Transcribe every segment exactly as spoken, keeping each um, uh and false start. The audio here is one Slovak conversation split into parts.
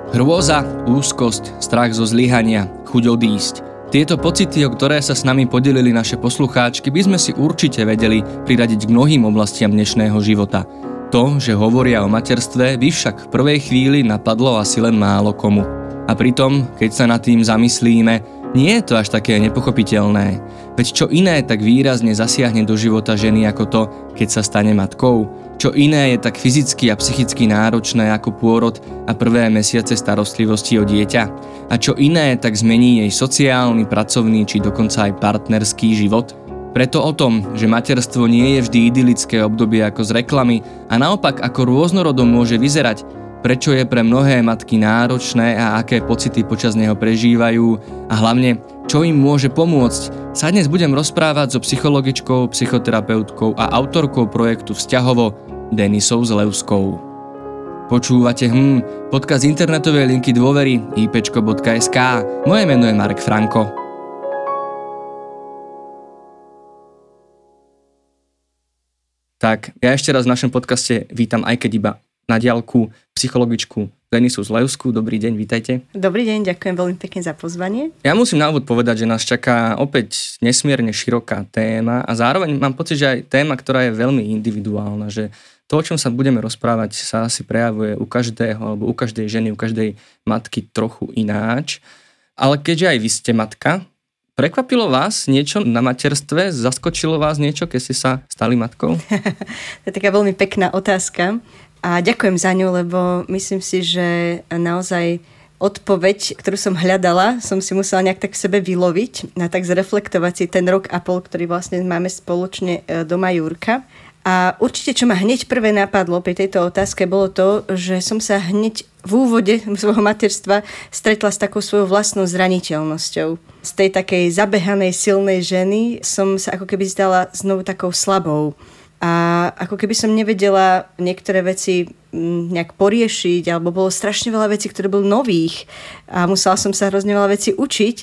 Hrôza, úzkosť, strach zo zlyhania, chuť odísť. Tieto pocity, o ktoré sa s nami podelili naše poslucháčky, by sme si určite vedeli priradiť k mnohým oblastiam dnešného života. To, že hovoria o materstve, by však v prvej chvíli napadlo asi len málo komu. A pritom, keď sa nad tým zamyslíme, nie je to až také nepochopiteľné. Veď čo iné tak výrazne zasiahne do života ženy ako to, keď sa stane matkou? Čo iné je tak fyzicky a psychicky náročné ako pôrod a prvé mesiace starostlivosti o dieťa? A čo iné tak zmení jej sociálny, pracovný či dokonca aj partnerský život? Preto o tom, že materstvo nie je vždy idylické obdobie ako z reklamy a naopak ako rôznorodom môže vyzerať, prečo je pre mnohé matky náročné a aké pocity počas neho prežívajú a hlavne, čo im môže pomôcť, sa dnes budem rozprávať so psychologičkou, psychoterapeutkou a autorkou projektu Vzťahovo Denisou Zlevskou. Počúvate hm, podcast internetovej linky dôvery í péčko bodka es ká. Moje meno je Marek Franko. Tak, ja ešte raz v našom podcaste vítam, aj keď iba na diaľku, psychologičku Denisu Zlevskú. Dobrý deň, vítajte. Dobrý deň, ďakujem veľmi pekne za pozvanie. Ja musím na úvod povedať, že nás čaká opäť nesmierne široká téma a zároveň mám pocit, že aj téma, ktorá je veľmi individuálna, že to, o čom sa budeme rozprávať, sa asi prejavuje u každého alebo u každej ženy, u každej matky trochu ináč. Ale keďže aj vy ste matka, prekvapilo vás niečo na materstve? Zaskočilo vás niečo, keď ste sa stali matkou? To je taká veľmi pekná otázka. A ďakujem za ňu, lebo myslím si, že naozaj odpoveď, ktorú som hľadala, som si musela nejak tak v sebe vyloviť a tak zreflektovať si ten rok a pol, ktorý vlastne máme spoločne doma Jurka. A určite, čo ma hneď prvé napadlo pri tejto otázke, bolo to, že som sa hneď v úvode svojho materstva stretla s takou svojou vlastnou zraniteľnosťou. Z tej takej zabehanej, silnej ženy som sa ako keby zdala znovu takou slabou. A ako keby som nevedela niektoré veci nejak poriešiť, alebo bolo strašne veľa vecí, ktoré boli nových a musela som sa hrozne veľa vecí učiť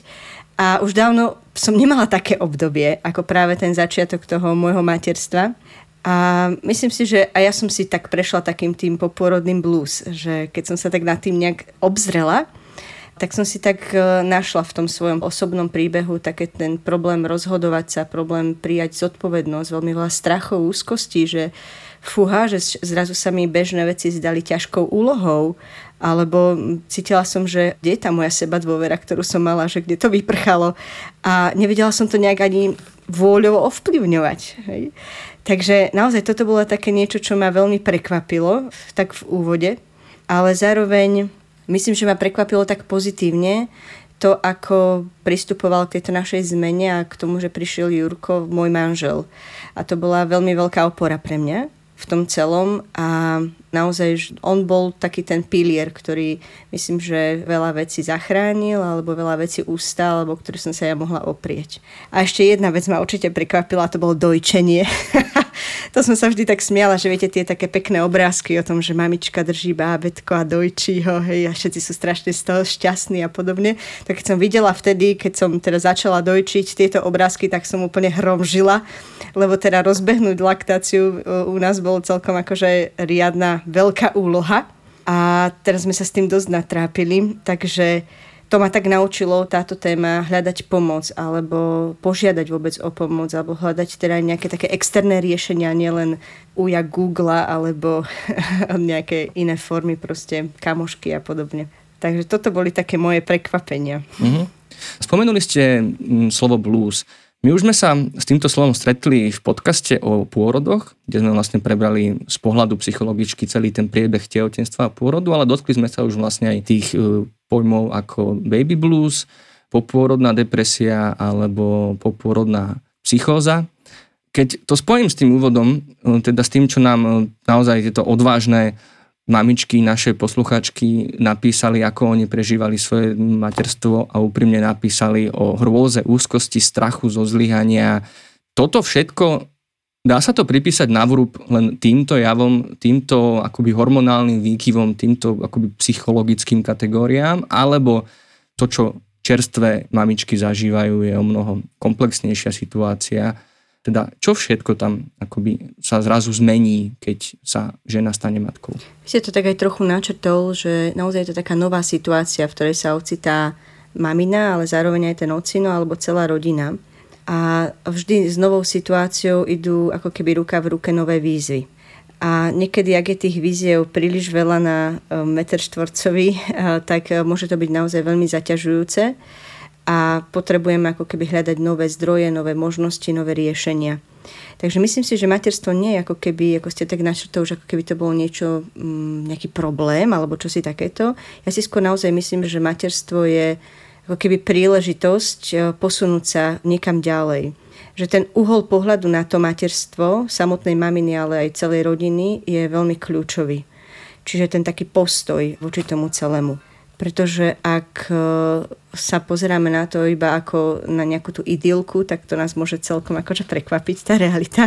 a už dávno som nemala také obdobie, ako práve ten začiatok toho môjho materstva. A myslím si, že aj ja som si tak prešla takým tým popôrodným blues, že keď som sa tak nad tým nejak obzrela, tak som si tak našla v tom svojom osobnom príbehu také ten problém rozhodovať sa, problém prijať zodpovednosť, veľmi veľa strachov, úzkostí, že fúha, že zrazu sa mi bežné veci zdali ťažkou úlohou, alebo cítila som, že kde je tá moja seba dôvera, ktorú som mala, že kde to vyprchalo a nevedela som to nejak ani vôľovo ovplyvňovať. Hej. Takže naozaj toto bolo také niečo, čo ma veľmi prekvapilo tak v úvode, ale zároveň myslím, že ma prekvapilo tak pozitívne to, ako pristupoval k tejto našej zmene a k tomu, že prišiel Jurko, môj manžel. A to bola veľmi veľká opora pre mňa v tom celom a naozaj on bol taký ten pilier, ktorý myslím, že veľa vecí zachránil alebo veľa vecí ustál, alebo ktorý som sa ja mohla oprieť. A ešte jedna vec ma určite prekvapila, to bolo dojčenie. To som sa vždy tak smiala, že viete tie také pekné obrázky o tom, že mamička drží bábätko a dojčí ho, hej, a všetci sú strašne z toho šťastní a podobne. Tak keď som videla vtedy, keď som teda začala dojčiť tieto obrázky, tak som úplne hromžila, lebo teda rozbehnúť laktáciu u nás bolo celkom akože riadna veľká úloha a teraz sme sa s tým dosť natrápili, takže to ma tak naučilo táto téma hľadať pomoc alebo požiadať vôbec o pomoc alebo hľadať teda nejaké také externé riešenia, nielen uja Google alebo nejaké iné formy, proste kamošky a podobne. Takže toto boli také moje prekvapenia. Mm-hmm. Spomenuli ste m, slovo blues. My už sme sa s týmto slovom stretli v podcaste o pôrodoch, kde sme vlastne prebrali z pohľadu psychologičky celý ten priebeh tehotenstva a pôrodu, ale dotkli sme sa už vlastne aj tých uh, pojmov ako baby blues, popôrodná depresia alebo popôrodná psychóza. Keď to spojím s tým úvodom, teda s tým, čo nám naozaj tieto odvážne mamičky, naše posluchačky napísali, ako oni prežívali svoje materstvo a úprimne napísali o hrôze, úzkosti, strachu zo zlyhania. Toto všetko, dá sa to pripísať na vrúb len týmto javom, týmto akoby hormonálnym výkyvom, týmto akoby psychologickým kategóriám, alebo to, čo čerstvé mamičky zažívajú, je o mnoho komplexnejšia situácia. Teda čo všetko tam akoby sa zrazu zmení, keď sa žena stane matkou? Vy ste to tak aj trochu načrtol, že naozaj je to taká nová situácia, v ktorej sa ocitá mamina, ale zároveň aj ten ocino alebo celá rodina. A vždy s novou situáciou idú ako keby ruka v ruke nové výzvy. A niekedy, ak je tých víziev príliš veľa na meter štvorcový, tak môže to byť naozaj veľmi zaťažujúce a potrebujeme ako keby hľadať nové zdroje, nové možnosti, nové riešenia. Takže myslím si, že materstvo nie je ako keby, ako ste tak načrtol, že ako keby to bolo niečo, nejaký problém alebo čosi takéto. Ja si skôr naozaj myslím, že materstvo je ako keby príležitosť posunúť sa niekam ďalej. Že ten uhol pohľadu na to materstvo samotnej maminy, ale aj celej rodiny je veľmi kľúčový. Čiže ten taký postoj voči tomu celému. Pretože ak sa pozeráme na to iba ako na nejakú tú idylku, tak to nás môže celkom akože prekvapiť tá realita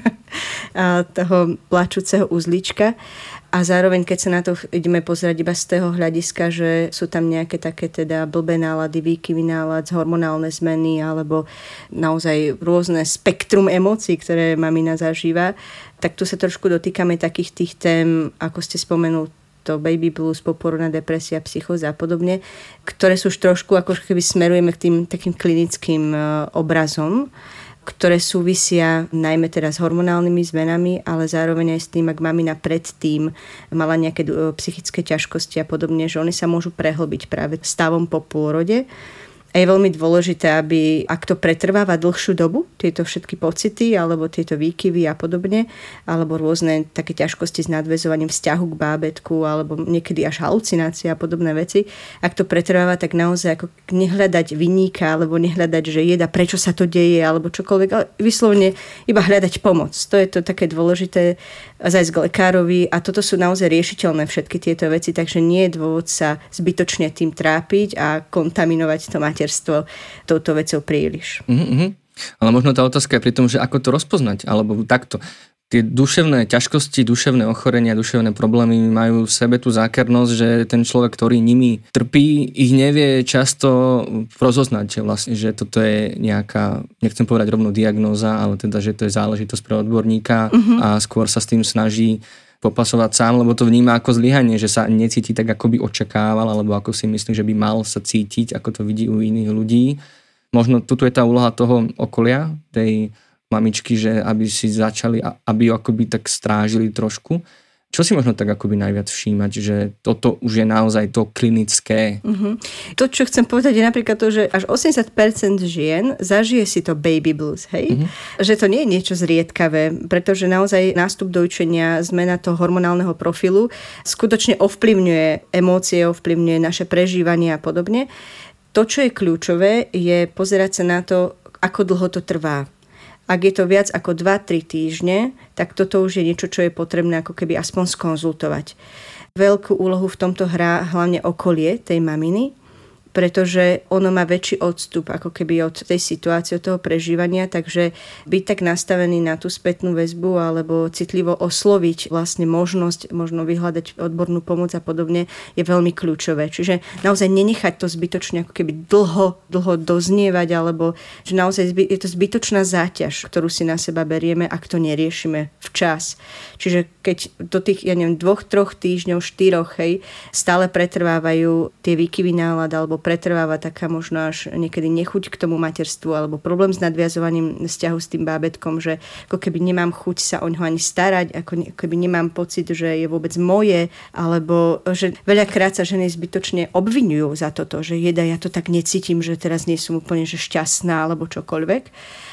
toho plačúceho uzlíčka. A zároveň, keď sa na to ideme pozerať iba z toho hľadiska, že sú tam nejaké také teda blbé nálady, výkyvy nálad, hormonálne zmeny alebo naozaj rôzne spektrum emócií, ktoré mamina zažíva, tak tu sa trošku dotýkame takých tých tém, ako ste spomenul, to baby blues, poporodná depresia, psychóza a podobne, ktoré sú už trošku, ako keby smerujeme k tým takým klinickým obrazom, ktoré súvisia najmä teraz s hormonálnymi zmenami, ale zároveň aj s tým, ak mamina predtým mala nejaké psychické ťažkosti a podobne, že oni sa môžu prehlbiť práve stavom po pôrode. A je veľmi dôležité, aby ak to pretrváva dlhšiu dobu, tieto všetky pocity, alebo tieto výkyvy a podobne, alebo rôzne také ťažkosti s nadväzovaním vzťahu k bábätku, alebo niekedy až halucinácie a podobné veci, ak to pretrváva, tak naozaj ako nehľadať vinníka, alebo nehľadať, že jeda, prečo sa to deje, alebo čokoľvek, ale vyslovene iba hľadať pomoc. To je to také dôležité, zajsť k lekárovi a toto sú naozaj riešiteľné všetky tieto veci, takže nie je dôvod sa zbytočne tým trápiť a kontaminovať to materstvo touto vecou príliš. Mm-hmm. Ale možno tá otázka je pri tom, že ako to rozpoznať, alebo takto. Tie duševné ťažkosti, duševné ochorenia, duševné problémy majú v sebe tú zákernosť, že ten človek, ktorý nimi trpí, ich nevie často rozoznať, vlastne, že toto je nejaká, nechcem povedať rovno diagnóza, ale teda, že to je záležitosť pre odborníka mm-hmm. a skôr sa s tým snaží popasovať sám, lebo to vníma ako zlyhanie, že sa necíti tak, ako by očakával, alebo ako si myslí, že by mal sa cítiť, ako to vidí u iných ľudí. Možno tuto je tá úloha toho okolia, tej mamičky, že aby si začali, aby ju akoby tak strážili trošku. Čo si možno tak akoby najviac všímať, že toto už je naozaj to klinické? Uh-huh. To, čo chcem povedať, je napríklad to, že až osemdesiat percent žien zažije si to baby blues, hej? Uh-huh. Že to nie je niečo zriedkavé, pretože naozaj nástup dojčenia, zmena toho hormonálneho profilu skutočne ovplyvňuje emócie, ovplyvňuje naše prežívanie a podobne. To, čo je kľúčové, je pozerať sa na to, ako dlho to trvá. Ak je to viac ako dva tri týždne, tak toto už je niečo, čo je potrebné ako keby aspoň skonzultovať. Veľkú úlohu v tomto hrá hlavne okolie tej maminy, pretože ono má väčší odstup ako keby od tej situácie, od toho prežívania, takže byť tak nastavený na tú spätnú väzbu alebo citlivo osloviť vlastne možnosť, možno vyhľadať odbornú pomoc a podobne je veľmi kľúčové. Čiže naozaj nenechať to zbytočne ako keby dlho, dlho doznievať, alebo že naozaj je to zbytočná záťaž, ktorú si na seba berieme, ak to neriešime včas. Čiže keď do tých, ja neviem, dvoch, troch týždňov, štyroch, hej, stále pretrvávajú tie výkyvy nálad alebo pretrváva taká možno až niekedy nechuť k tomu materstvu alebo problém s nadviazovaním vzťahu s tým bábätkom, že ako keby nemám chuť sa o ňoho ani starať, ako keby nemám pocit, že je vôbec moje, alebo že veľakrát sa ženy zbytočne obviňujú za toto, že jeda, ja to tak necítim, že teraz nie som úplne že šťastná alebo čokoľvek.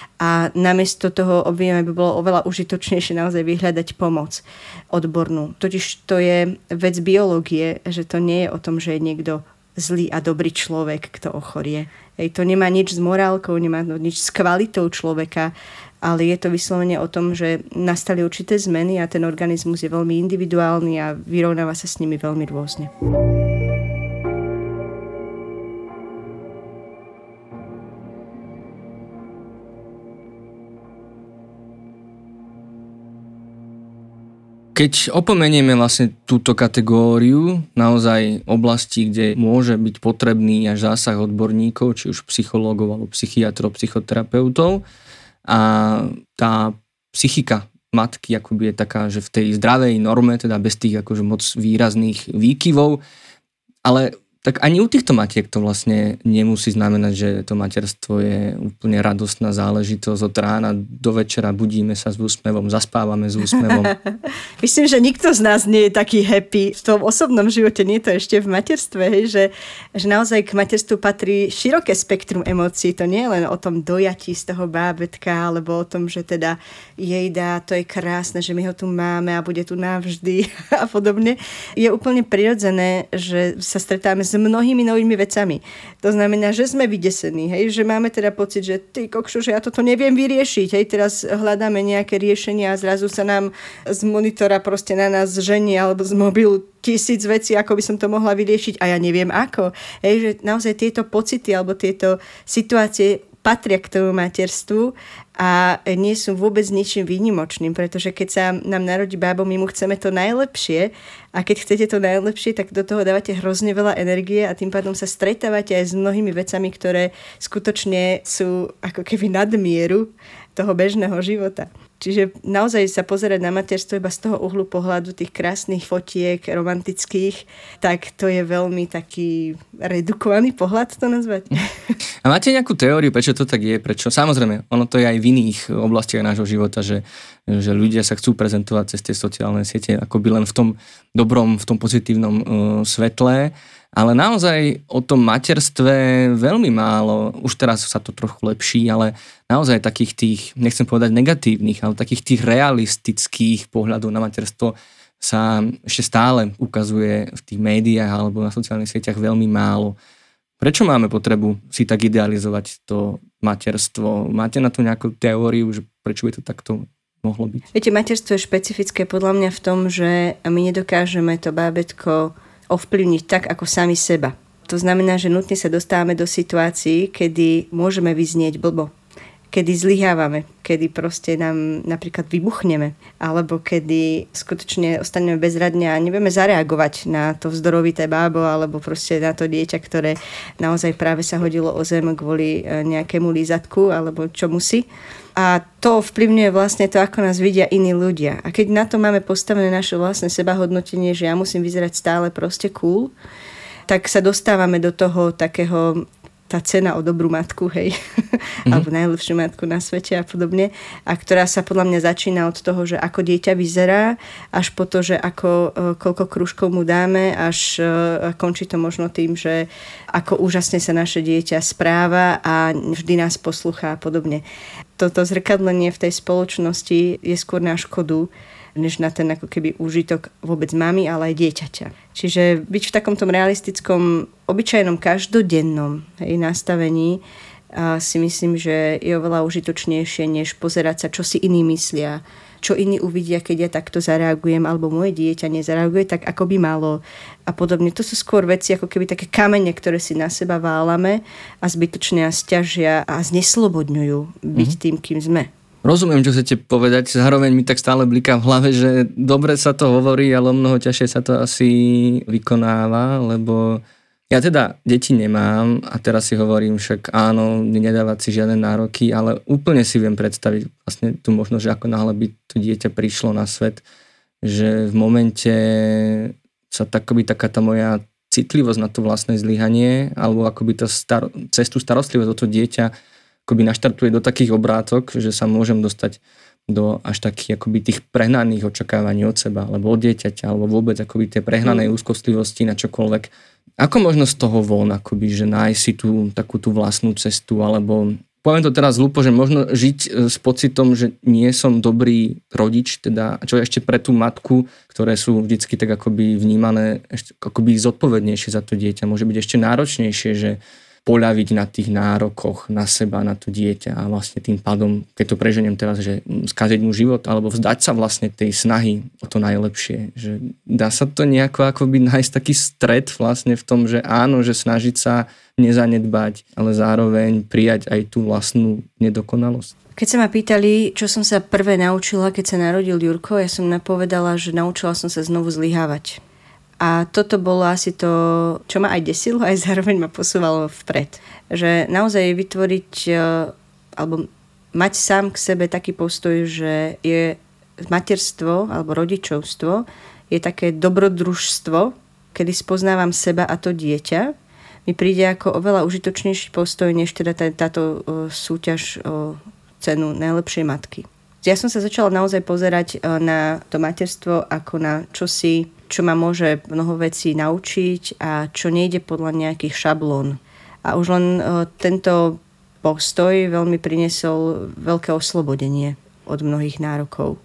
A namiesto toho obvinenia by bolo oveľa užitočnejšie naozaj vyhľadať pomoc odbornú. Totiž to je vec biológie, že to nie je o tom, že je niekto zlý a dobrý človek, kto ochorie. Ej, to nemá nič s morálkou, nemá nič s kvalitou človeka, ale je to vyslovene o tom, že nastali určité zmeny a ten organizmus je veľmi individuálny a vyrovnáva sa s nimi veľmi rôzne. Keď opomenieme vlastne túto kategóriu naozaj oblasti, kde môže byť potrebný až zásah odborníkov, či už psychológov alebo psychiatrov, psychoterapeutov, a tá psychika matky akoby je taká, že v tej zdravej norme, teda bez tých akože moc výrazných výkyvov, ale tak ani u týchto matiek to vlastne nemusí znamenať, že to materstvo je úplne radostná záležitosť. Od rána do večera budíme sa s úsmevom, zaspávame s úsmevom. Myslím, že nikto z nás nie je taký happy v tom osobnom živote, nie to ešte v materstve, hej, že, že naozaj k materstvu patrí široké spektrum emócií. To nie je len o tom dojatí z toho bábetka, alebo o tom, že teda jejda, to je krásne, že my ho tu máme a bude tu navždy a podobne. Je úplne prirodzené, že sa stretáme s mnohými novými vecami. To znamená, že sme vydesení, hej, že máme teda pocit, že ty kokšu, že ja toto neviem vyriešiť, hej, teraz hľadáme nejaké riešenia a zrazu sa nám z monitora proste na nás ženie alebo z mobilu tisíc vecí, ako by som to mohla vyriešiť a ja neviem ako. Hej, že naozaj tieto pocity alebo tieto situácie patria k tomu materstvu a nie sú vôbec ničím výnimočným, pretože keď sa nám narodí bábo, my mu chceme to najlepšie a keď chcete to najlepšie, tak do toho dávate hrozne veľa energie a tým pádom sa stretávate aj s mnohými vecami, ktoré skutočne sú ako keby nadmieru toho bežného života. Čiže naozaj sa pozerať na materstvo iba z toho uhlu pohľadu tých krásnych fotiek, romantických, tak to je veľmi taký redukovaný pohľad to nazvať. A máte nejakú teóriu, prečo to tak je? Prečo? Samozrejme, ono to je aj v iných oblastiach nášho života, že, že ľudia sa chcú prezentovať cez tie sociálne siete akoby len v tom dobrom, v tom pozitívnom uh, svetle. Ale naozaj o tom materstve veľmi málo, už teraz sa to trochu lepší, ale naozaj takých tých, nechcem povedať negatívnych, ale takých tých realistických pohľadov na materstvo sa ešte stále ukazuje v tých médiách alebo na sociálnych sieťach veľmi málo. Prečo máme potrebu si tak idealizovať to materstvo? Máte na to nejakú teóriu, že prečo by to takto mohlo byť? Viete, materstvo je špecifické podľa mňa v tom, že my nedokážeme to bábätko ovplyvniť tak, ako sami seba. To znamená, že nutne sa dostávame do situácií, kedy môžeme vyznieť blbo, kedy zlyhávame, kedy proste nám napríklad vybuchneme, alebo kedy skutočne ostaneme bezradne a nevieme zareagovať na to vzdorovité bábo, alebo proste na to dieťa, ktoré naozaj práve sa hodilo o zem kvôli nejakému lízatku, alebo čomu si. A to vplyvňuje vlastne to, ako nás vidia iní ľudia. A keď na to máme postavené naše vlastné sebahodnotenie, že ja musím vyzerať stále proste cool, tak sa dostávame do toho takého, tá cena o dobrú matku, hej, mm-hmm. alebo najlepšiu matku na svete a podobne, a ktorá sa podľa mňa začína od toho, že ako dieťa vyzerá, až po to, že ako, koľko krúžkov mu dáme, až končí to možno tým, že ako úžasne sa naše dieťa správa a vždy nás poslúcha a podobne. Toto zrkadlenie v tej spoločnosti je skôr na škodu, než na ten ako keby úžitok vôbec mami, ale aj dieťaťa. Čiže byť v takomto realistickom, obyčajnom, každodennom, hej, nastavení a si myslím, že je oveľa užitočnejšie, než pozerať sa, čo si iní myslia, čo iní uvidia, keď ja takto zareagujem, alebo moje dieťa nezareaguje tak, ako by malo a podobne. To sú skôr veci, ako keby také kamene, ktoré si na seba válame a zbytočne nás ťažia a zneslobodňujú byť mm-hmm. tým, kým sme. Rozumiem, čo chcete povedať, zároveň mi tak stále bliká v hlave, že dobre sa to hovorí, ale mnoho ťažšie sa to asi vykonáva, lebo ja teda deti nemám a teraz si hovorím však áno, nedávať si žiadne nároky, ale úplne si viem predstaviť vlastne tu možno, že ako náhle by to dieťa prišlo na svet, že v momente sa takoby taká tá moja citlivosť na to vlastné zlyhanie alebo akoby tá star- cestu starostlivosť o to dieťa akoby naštartuje do takých obrátok, že sa môžem dostať do až takých akoby tých prehnaných očakávaní od seba, alebo od dieťaťa, alebo vôbec akoby tie prehnanej mm. úzkostlivosti na čokoľvek. Ako možno z toho von, akoby, že nájsť si tú takú tú vlastnú cestu, alebo poviem to teraz hlúpo, že možno žiť s pocitom, že nie som dobrý rodič, teda, čo je ešte pre tú matku, ktoré sú vždycky tak akoby vnímané ešte akoby zodpovednejšie za to dieťa. Môže byť ešte náročnejšie, že poľaviť na tých nárokoch na seba, na to dieťa a vlastne tým pádom, keď to preženiem teraz, že skaziť mu život alebo vzdať sa vlastne tej snahy o to najlepšie. Že dá sa to nejako akoby nájsť taký stred vlastne v tom, že áno, že snažiť sa nezanedbať, ale zároveň prijať aj tú vlastnú nedokonalosť. Keď sa ma pýtali, čo som sa prvé naučila, keď sa narodil Jurko, ja som napovedala, že naučila som sa znovu zlyhávať. A toto bolo asi to, čo ma aj desilo, aj zároveň ma posúvalo vpred. Že naozaj vytvoriť, alebo mať sám k sebe taký postoj, že je materstvo alebo rodičovstvo je také dobrodružstvo, kedy spoznávam seba a to dieťa, mi príde ako oveľa užitočnejší postoj, než teda tá, táto o, súťaž o cenu najlepšej matky. Ja som sa začala naozaj pozerať na to materstvo ako na čosi, čo ma môže mnoho vecí naučiť a čo nejde podľa nejakých šablón. A už len o, tento postoj veľmi priniesol veľké oslobodenie od mnohých nárokov.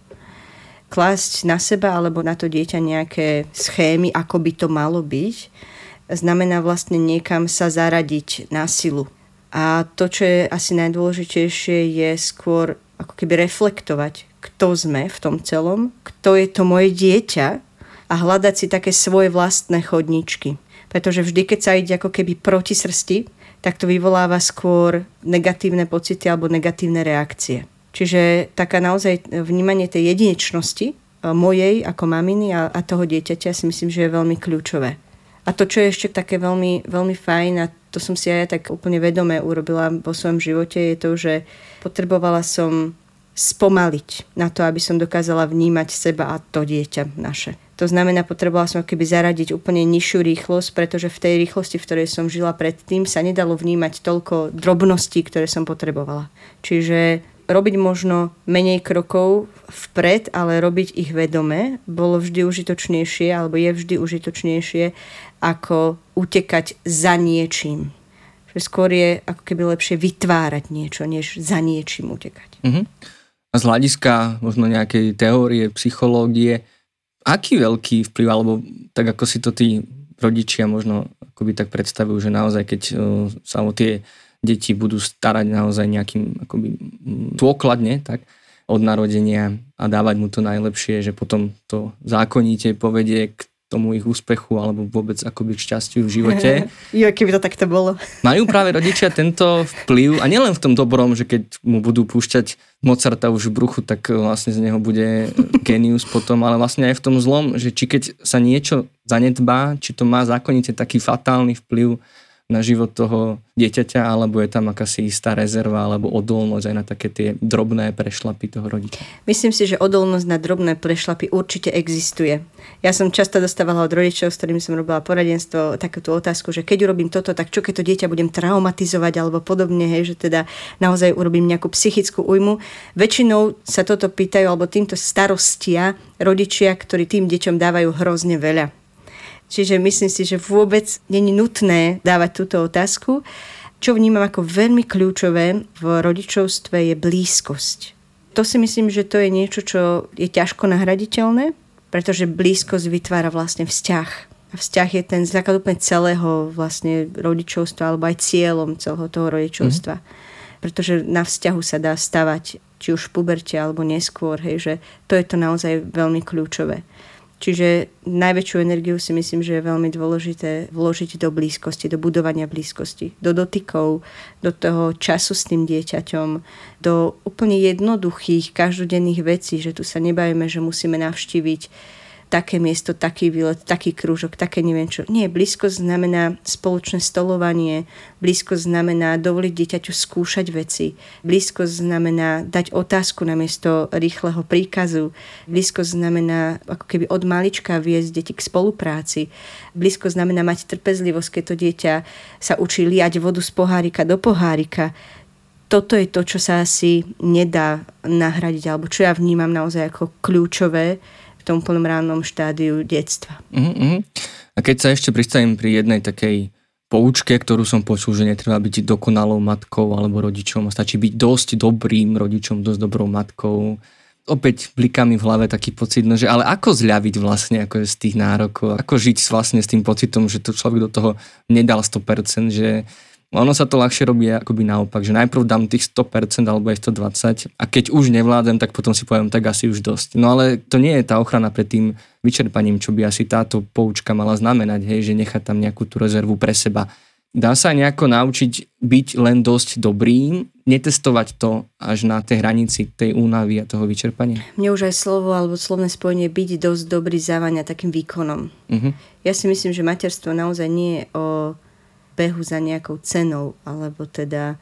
Klásť na seba alebo na to dieťa nejaké schémy, ako by to malo byť, znamená vlastne niekam sa zaradiť na silu. A to, čo je asi najdôležitejšie, je skôr ako keby reflektovať, kto sme v tom celom, kto je to moje dieťa a hľadať si také svoje vlastné chodničky. Pretože vždy, keď sa ide ako keby proti srsti, tak to vyvoláva skôr negatívne pocity alebo negatívne reakcie. Čiže taká naozaj vnímanie tej jedinečnosti mojej ako maminy a, a toho dieťaťa si myslím, že je veľmi kľúčové. A to, čo je ešte také veľmi, veľmi fajn, a to som si aj tak úplne vedome urobila vo svojom živote, je to, že potrebovala som spomaliť na to, aby som dokázala vnímať seba a to dieťa naše. To znamená, potrebovala som keby zaradiť úplne nižšiu rýchlosť, pretože v tej rýchlosti, v ktorej som žila predtým, sa nedalo vnímať toľko drobností, ktoré som potrebovala. Čiže robiť možno menej krokov vpred, ale robiť ich vedome, bolo vždy užitočnejšie, alebo je vždy užitočnejšie, ako utekať za niečím. Že skôr je ako keby lepšie vytvárať niečo, než za niečím utekať. Uh-huh. A z hľadiska možno nejakej teórie, psychológie, aký veľký vplyv, alebo tak ako si to tí rodičia možno akoby tak predstavujú, že naozaj keď uh, sa o tie deti budú starať naozaj nejakým akoby dôkladne, tak od narodenia a dávať mu to najlepšie, že potom to zákonite povedie k tomu ich úspechu alebo vôbec akoby k šťastiu v živote. Jo, keby to takto bolo. Majú práve rodičia tento vplyv a nielen v tom dobrom, že keď mu budú púšťať Mozarta už v bruchu, tak vlastne z neho bude genius potom, ale vlastne aj v tom zlom, že či keď sa niečo zanedbá, či to má zákonite taký fatálny vplyv na život toho dieťaťa, alebo je tam akási istá rezerva alebo odolnosť aj na také tie drobné prešlapy toho rodiča? Myslím si, že odolnosť na drobné prešlapy určite existuje. Ja som často dostávala od rodičov, s ktorými som robila poradenstvo, takúto otázku, že keď urobím toto, tak čo keď to dieťa budem traumatizovať alebo podobne, hej, že teda naozaj urobím nejakú psychickú újmu. Väčšinou sa toto pýtajú, alebo týmto starostia rodičia, ktorí tým deťom dávajú hrozne veľa. Čiže myslím si, že vôbec nie je nutné dávať túto otázku. Čo vnímam ako veľmi kľúčové v rodičovstve je blízkosť. To si myslím, že to je niečo, čo je ťažko nahraditeľné, pretože blízkosť vytvára vlastne vzťah. A vzťah je ten základ úplne celého vlastne rodičovstva alebo aj cieľom celého toho rodičovstva. Mm. Pretože na vzťahu sa dá stavať či už v puberte alebo neskôr. Hej, že to je to naozaj veľmi kľúčové. Čiže najväčšiu energiu si myslím, že je veľmi dôležité vložiť do blízkosti, do budovania blízkosti, do dotykov, do toho času s tým dieťaťom, do úplne jednoduchých, každodenných vecí, že tu sa nebavíme, že musíme navštíviť také miesto, taký výlet, taký krúžok, také neviem čo. Nie, blízkosť znamená spoločné stolovanie, blízkosť znamená dovoliť dieťaťu skúšať veci, blízkosť znamená dať otázku namiesto rýchleho príkazu, blízkosť znamená ako keby od malička viesť deti k spolupráci, blízkosť znamená mať trpezlivosť, keď to dieťa sa učí liať vodu z pohárika do pohárika. Toto je to, čo sa asi nedá nahradiť, alebo čo ja vnímam naozaj ako kľúčové v tom plnom rannom štádiu detstva. Uh-huh. A keď sa ešte pristavím pri jednej takej poučke, ktorú som počul, že netreba byť dokonalou matkou alebo rodičom, stačí byť dosť dobrým rodičom, dosť dobrou matkou. Opäť bliká mi v hlave taký pocit, no, že ale ako zľaviť vlastne ako z tých nárokov, ako žiť vlastne s tým pocitom, že to človek do toho nedal sto percent, že ono sa to ľahšie robí akoby naopak, že najprv dám tých sto percent alebo aj stodvadsať a keď už nevládem, tak potom si poviem, tak asi už dosť. No ale to nie je tá ochrana pred tým vyčerpaním, čo by asi táto poučka mala znamenať, hej, že nechať tam nejakú tú rezervu pre seba. Dá sa nejako naučiť byť len dosť dobrým, netestovať to až na tej hranici tej únavy a toho vyčerpania? Mne už aj slovo alebo slovné spojenie byť dosť dobrý závaňa takým výkonom. Uh-huh. Ja si myslím, že materstvo naozaj nie je o behu za nejakou cenou, alebo teda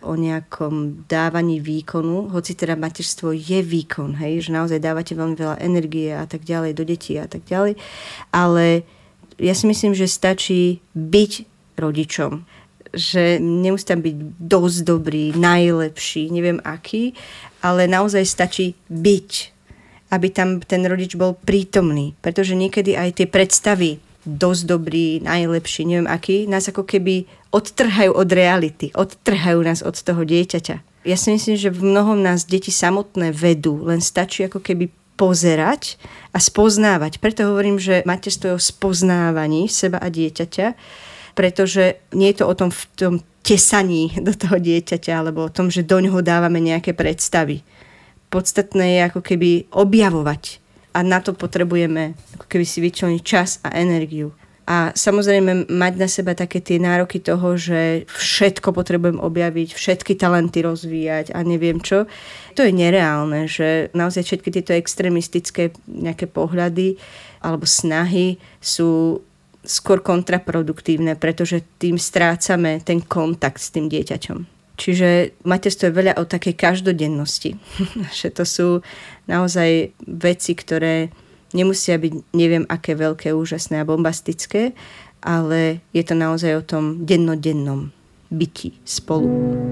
o nejakom dávaní výkonu, hoci teda materstvo je výkon, hej, že naozaj dávate veľmi veľa energie a tak ďalej do detí a tak ďalej, ale ja si myslím, že stačí byť rodičom, že nemusí tam byť dosť dobrý, najlepší, neviem aký, ale naozaj stačí byť, aby tam ten rodič bol prítomný, pretože niekedy aj tie predstavy dosť dobrý, najlepší, neviem aký, nás ako keby odtrhajú od reality, odtrhajú nás od toho dieťaťa. Ja si myslím, že v mnohom nás deti samotné vedú, len stačí ako keby pozerať a spoznávať. Preto hovorím, že materstvo je o spoznávaní seba a dieťaťa, pretože nie je to o tom v tom tesaní do toho dieťaťa, alebo o tom, že do ňoho dávame nejaké predstavy. Podstatné je ako keby objavovať. A na to potrebujeme ako keby si vyčleniť čas a energiu. A samozrejme mať na seba také tie nároky toho, že všetko potrebujem objaviť, všetky talenty rozvíjať a neviem čo. To je nereálne, že naozaj všetky tieto extrémistické nejaké pohľady alebo snahy sú skôr kontraproduktívne, pretože tým strácame ten kontakt s tým dieťaťom. Čiže materstvo je veľa o takej každodennosti. Že to sú naozaj veci, ktoré nemusia byť neviem aké veľké, úžasné a bombastické, ale je to naozaj o tom dennodennom byti spolu.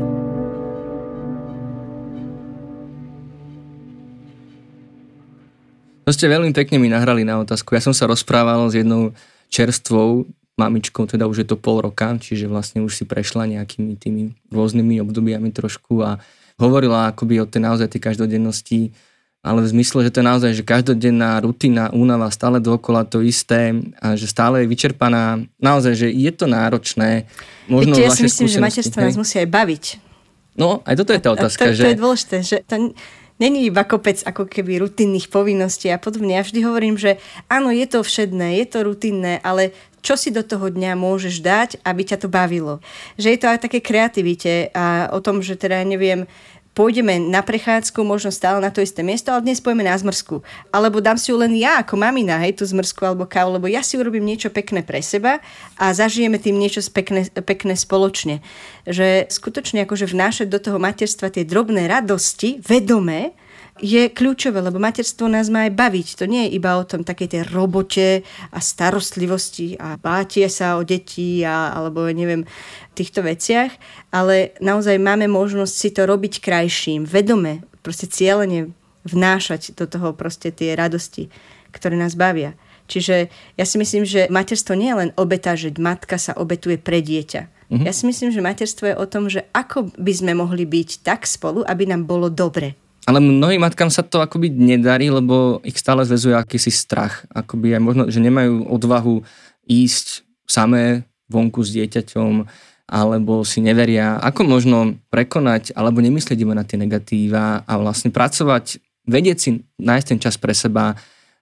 To ste veľmi pekne mi nahrali na otázku. Ja som sa rozprával s jednou čerstvou mamičkou, teda už je to pol roka, čiže vlastne už si prešla nejakými tými rôznymi obdobiami trošku a hovorila akoby o tej naozaj tej každodennosti, ale v zmysle, že to je naozaj, že každodenná rutina, únava, stále dookola to isté a že stále je vyčerpaná. Naozaj, že je to náročné. Možno Viete, ja vaše si myslím, že materstvo nás musí aj baviť. No, aj toto je tá otázka. A to, že... to je dôležité, že to není iba kopec ako keby rutinných povinností a podobne. Ja vždy hovorím, že áno, je to všedné, je to rutinné, ale čo si do toho dňa môžeš dať, aby ťa to bavilo. Že je to aj také kreativite a o tom, že teda neviem, pôjdeme na prechádzku, možno stále na to isté miesto, ale dnes pôjdeme na zmrzku. Alebo dám si ju len ja ako mamina, hej, tú zmrzku alebo kávu, lebo ja si urobím niečo pekné pre seba a zažijeme tým niečo pekné, pekné spoločne. Že skutočne akože vnášať do toho materstva tie drobné radosti, vedomé, je kľúčové, lebo materstvo nás má aj baviť. To nie je iba o tom takej tej robote a starostlivosti a bátie sa o deti a, alebo neviem, týchto veciach, ale naozaj máme možnosť si to robiť krajším, vedome, proste cieľene vnášať do toho proste tie radosti, ktoré nás bavia. Čiže ja si myslím, že materstvo nie je len obeta, že matka sa obetuje pre dieťa. Mhm. Ja si myslím, že materstvo je o tom, že ako by sme mohli byť tak spolu, aby nám bolo dobre. Ale mnohým matkám sa to akoby nedarí, lebo ich stále zväzuje akýsi strach. Akoby aj možno, že nemajú odvahu ísť samé vonku s dieťaťom, alebo si neveria. Ako možno prekonať, alebo nemyslieť iba na tie negatíva a vlastne pracovať, vedieť si nájsť ten čas pre seba,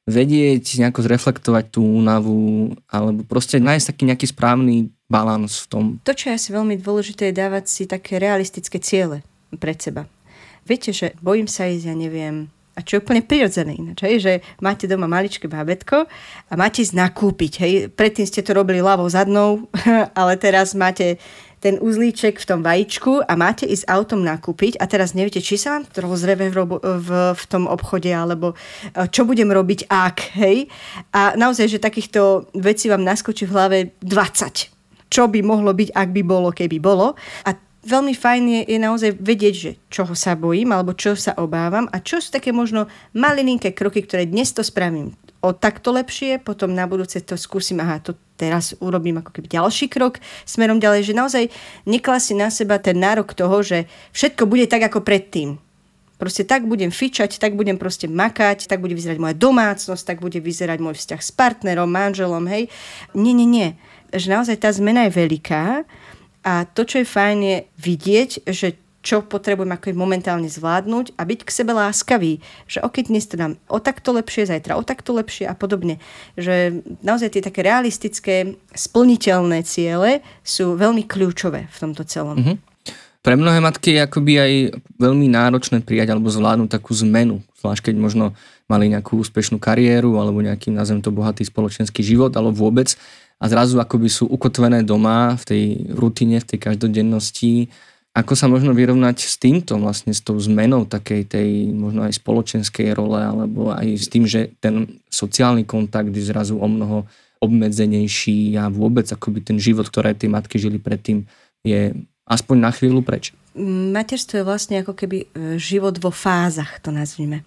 vedieť nejako zreflektovať tú únavu, alebo proste nájsť taký nejaký správny balans v tom. To, čo je asi veľmi dôležité, je dávať si také realistické ciele pred seba. Viete, že bojím sa ísť, ja neviem, a čo je úplne prirodzené ináč, hej, že máte doma maličké bábätko a máte ísť nakúpiť, hej, predtým ste to robili ľavou zadnou, ale teraz máte ten uzlíček v tom vajíčku a máte ísť autom nakúpiť a teraz neviete, či sa vám to rozreve v, robo- v, v tom obchode, alebo čo budem robiť, ak, hej. A naozaj, že takýchto vecí vám naskočí v hlave dvadsať. Čo by mohlo byť, ak by bolo, keby bolo. A veľmi fajn je, je naozaj vedieť, že čoho sa bojím alebo čo sa obávam a čo sú také možno malilinké kroky, ktoré dnes to spravím o takto lepšie, potom na budúce to skúsim, aha, to teraz urobím ako keby ďalší krok smerom ďalej, že naozaj neklasí na seba ten nárok toho, že všetko bude tak ako predtým. Proste tak budem fičať, tak budem proste makať, tak bude vyzerať moja domácnosť, tak bude vyzerať môj vzťah s partnerom, manželom, hej. Nie, nie, nie. Že naozaj tá zmena je veľká. A to, čo je fajn, je vidieť, že čo potrebujem ako momentálne zvládnuť a byť k sebe láskavý. Že ok, dnes to dám o takto lepšie, zajtra o takto lepšie a podobne. Že naozaj tie také realistické, splniteľné ciele sú veľmi kľúčové v tomto celom. Mm-hmm. Pre mnohé matky je akoby aj veľmi náročné prijať alebo zvládnuť takú zmenu. Zvlášť keď možno mali nejakú úspešnú kariéru alebo nejaký, nazvem to, bohatý spoločenský život alebo vôbec. A zrazu akoby sú ukotvené doma v tej rutine, v tej každodennosti. Ako sa možno vyrovnať s týmto, vlastne s tou zmenou takej tej možno aj spoločenskej role, alebo aj s tým, že ten sociálny kontakt je zrazu o mnoho obmedzenejší a vôbec akoby ten život, ktoré tie matky žili predtým, je aspoň na chvíľu preč. Materstvo je vlastne ako keby život vo fázach, to nazvime.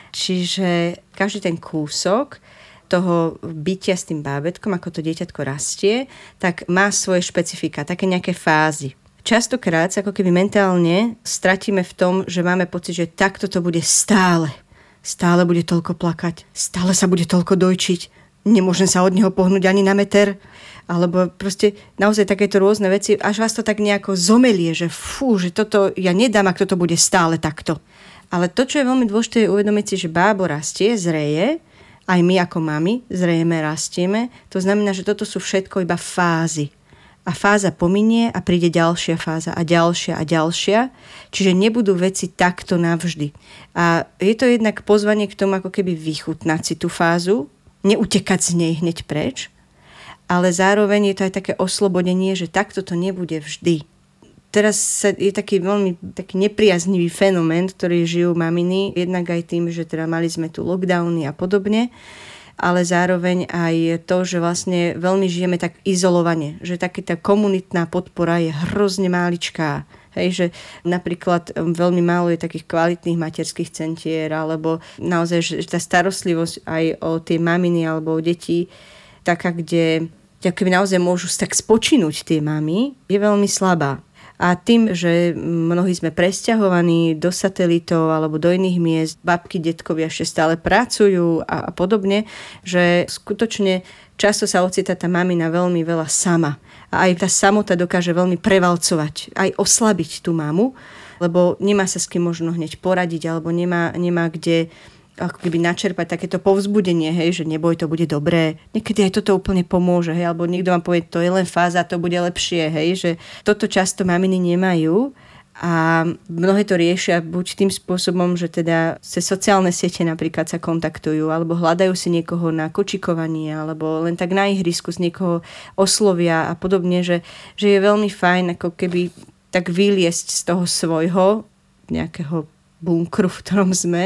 Čiže každý ten kúsok toho bytia s tým bábätkom, ako to dieťatko rastie, tak má svoje špecifika, také nejaké fázy. Častokrát sa ako keby mentálne stratíme v tom, že máme pocit, že takto to bude stále. Stále bude toľko plakať, stále sa bude toľko dojčiť, nemôžem sa od neho pohnúť ani na meter, alebo proste naozaj takéto rôzne veci, až vás to tak nejako zomelie, že fú, že toto ja nedám, ak toto bude stále takto. Ale to, čo je veľmi dôležité, je uvedomiť si, že bábo rastie, zreje, aj my ako mami zrejme rastieme. To znamená, že toto sú všetko iba fázy. A fáza pominie a príde ďalšia fáza a ďalšia a ďalšia. Čiže nebudú veci takto navždy. A je to jednak pozvanie k tomu, ako keby vychutnať si tú fázu, neutekať z nej hneď preč, ale zároveň je to aj také oslobodenie, že takto to nebude vždy. Teraz je taký veľmi taký nepriaznivý fenomén, ktorý žijú maminy, jednak aj tým, že teda mali sme tu lockdowny a podobne, ale zároveň aj to, že vlastne veľmi žijeme tak izolovane, že taká komunitná podpora je hrozne máličká. Hej, že napríklad veľmi málo je takých kvalitných materských centier, alebo naozaj, že tá starostlivosť aj o tie maminy alebo o deti, taká, kde keby naozaj môžu tak spočinúť tie mamy, je veľmi slabá. A tým, že mnohí sme presťahovaní do satelitov alebo do iných miest, babky, detkovia ešte stále pracujú a, a podobne, že skutočne často sa ocitá tá mamina veľmi veľa sama. A aj tá samota dokáže veľmi prevalcovať, aj oslabiť tú mamu, lebo nemá sa s kým možno hneď poradiť alebo nemá, nemá kde ako keby načerpať takéto povzbudenie, hej, že neboj, to bude dobré. Niekedy aj toto úplne pomôže, hej, alebo niekto vám povie, to je len fáza, to bude lepšie, hej, že toto často maminy nemajú a mnohé to riešia buď tým spôsobom, že teda cez sociálne siete napríklad sa kontaktujú, alebo hľadajú si niekoho na kočikovanie, alebo len tak na ihrisku z niekoho oslovia a podobne, že, že je veľmi fajn ako keby tak vyliesť z toho svojho nejakého bunkru, v ktorom sme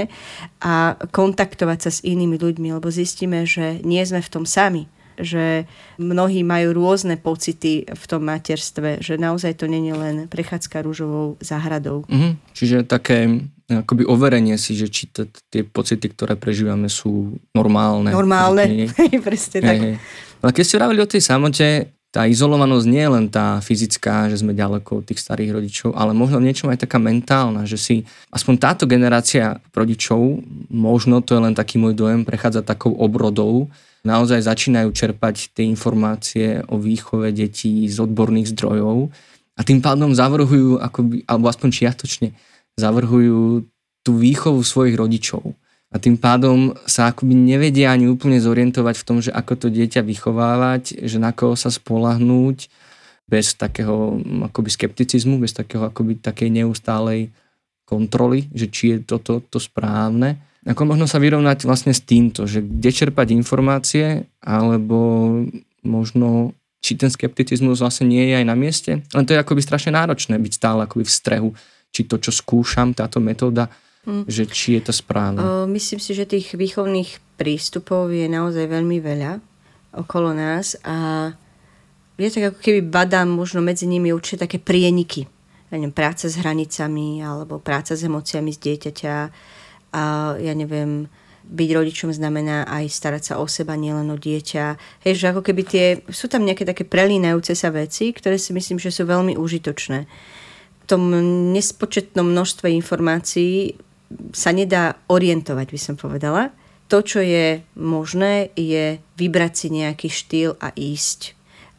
a kontaktovať sa s inými ľuďmi, lebo zistíme, že nie sme v tom sami, že mnohí majú rôzne pocity v tom materstve, že naozaj to nie je len prechádzka ružovou záhradou. Mhm. Čiže také akoby overenie si, že či t- tie pocity, ktoré prežívame, sú normálne. Normálne, presne tak. Hej. Ale keď ste vravili o tej samote, tá izolovanosť nie je len tá fyzická, že sme ďaleko od tých starých rodičov, ale možno niečo aj taká mentálna, že si aspoň táto generácia rodičov, možno to je len taký môj dojem, prechádza takou obrodou, naozaj začínajú čerpať tie informácie o výchove detí z odborných zdrojov a tým pádom zavrhujú, akoby, alebo aspoň čiastočne zavrhujú tú výchovu svojich rodičov. A tým pádom sa akoby nevedia ani úplne zorientovať v tom, že ako to dieťa vychovávať, že na koho sa spoľahnúť bez takého akoby skepticizmu, bez takého akoby takej neustálej kontroly, že či je toto to správne. Ako možno sa vyrovnať vlastne s týmto, že kde čerpať informácie, alebo možno či ten skepticizmus vlastne nie je aj na mieste. Len to je akoby strašne náročné byť stále akoby v strehu, či to, čo skúšam, táto metóda, Mm. že či je to správne. O, myslím si, že tých výchovných prístupov je naozaj veľmi veľa okolo nás a je tak ako keby badám možno medzi nimi určite také prieniky. Ja neviem, práca s hranicami alebo práca s emóciami z dieťaťa a ja neviem, byť rodičom znamená aj starať sa o seba, nielen o dieťa. Hej, že ako keby tie, sú tam nejaké také prelínajúce sa veci, ktoré si myslím, že sú veľmi užitočné. V tom nespočetnom množstve informácií sa nedá orientovať, by som povedala. To, čo je možné, je vybrať si nejaký štýl a ísť.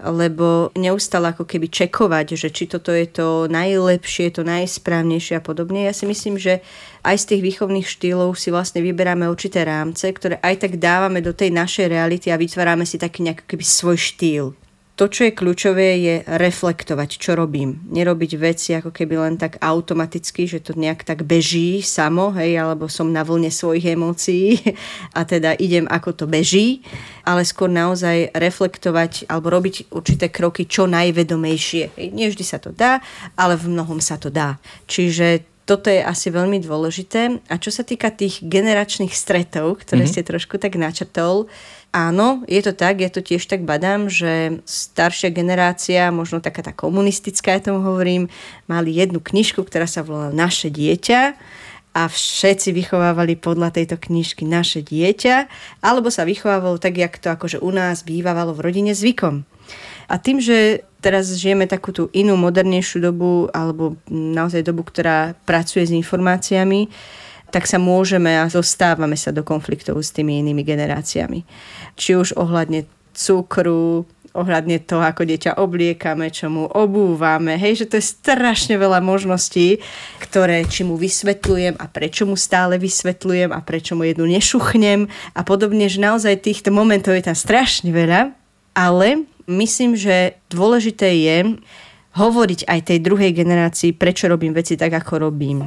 Lebo neustále ako keby čekovať, že či toto je to najlepšie, to najsprávnejšie a podobne. Ja si myslím, že aj z tých výchovných štýlov si vlastne vyberáme určité rámce, ktoré aj tak dávame do tej našej reality a vytvárame si taký nejaký keby svoj štýl. To, čo je kľúčové, je reflektovať, čo robím. Nerobiť veci ako keby len tak automaticky, že to nejak tak beží samo, hej, alebo som na vlne svojich emócií a teda idem, ako to beží, ale skôr naozaj reflektovať alebo robiť určité kroky čo najvedomejšie. Hej. Nie vždy sa to dá, ale v mnohom sa to dá. Čiže toto je asi veľmi dôležité. A čo sa týka tých generačných stretov, ktoré mm-hmm. ste trošku tak načrtol, áno, je to tak, ja to tiež tak badám, že staršia generácia, možno taká tá komunistická, ja tomu hovorím, mali jednu knižku, ktorá sa volala Naše dieťa a všetci vychovávali podľa tejto knižky Naše dieťa, alebo sa vychovávalo tak, jak to akože u nás bývalo v rodine zvykom. A tým, že teraz žijeme takú tú inú, modernejšiu dobu, alebo naozaj dobu, ktorá pracuje s informáciami, tak sa môžeme a dostávame sa do konfliktov s tými inými generáciami. Či už ohľadne cukru, ohľadne toho, ako dieťa obliekame, čo mu obúvame. Hej, že to je strašne veľa možností, ktoré či mu vysvetľujem a prečo mu stále vysvetľujem a prečo mu jednu nešuchnem a podobne, že naozaj týchto momentov je tam strašne veľa, ale myslím, že dôležité je hovoriť aj tej druhej generácii, prečo robím veci tak, ako robím.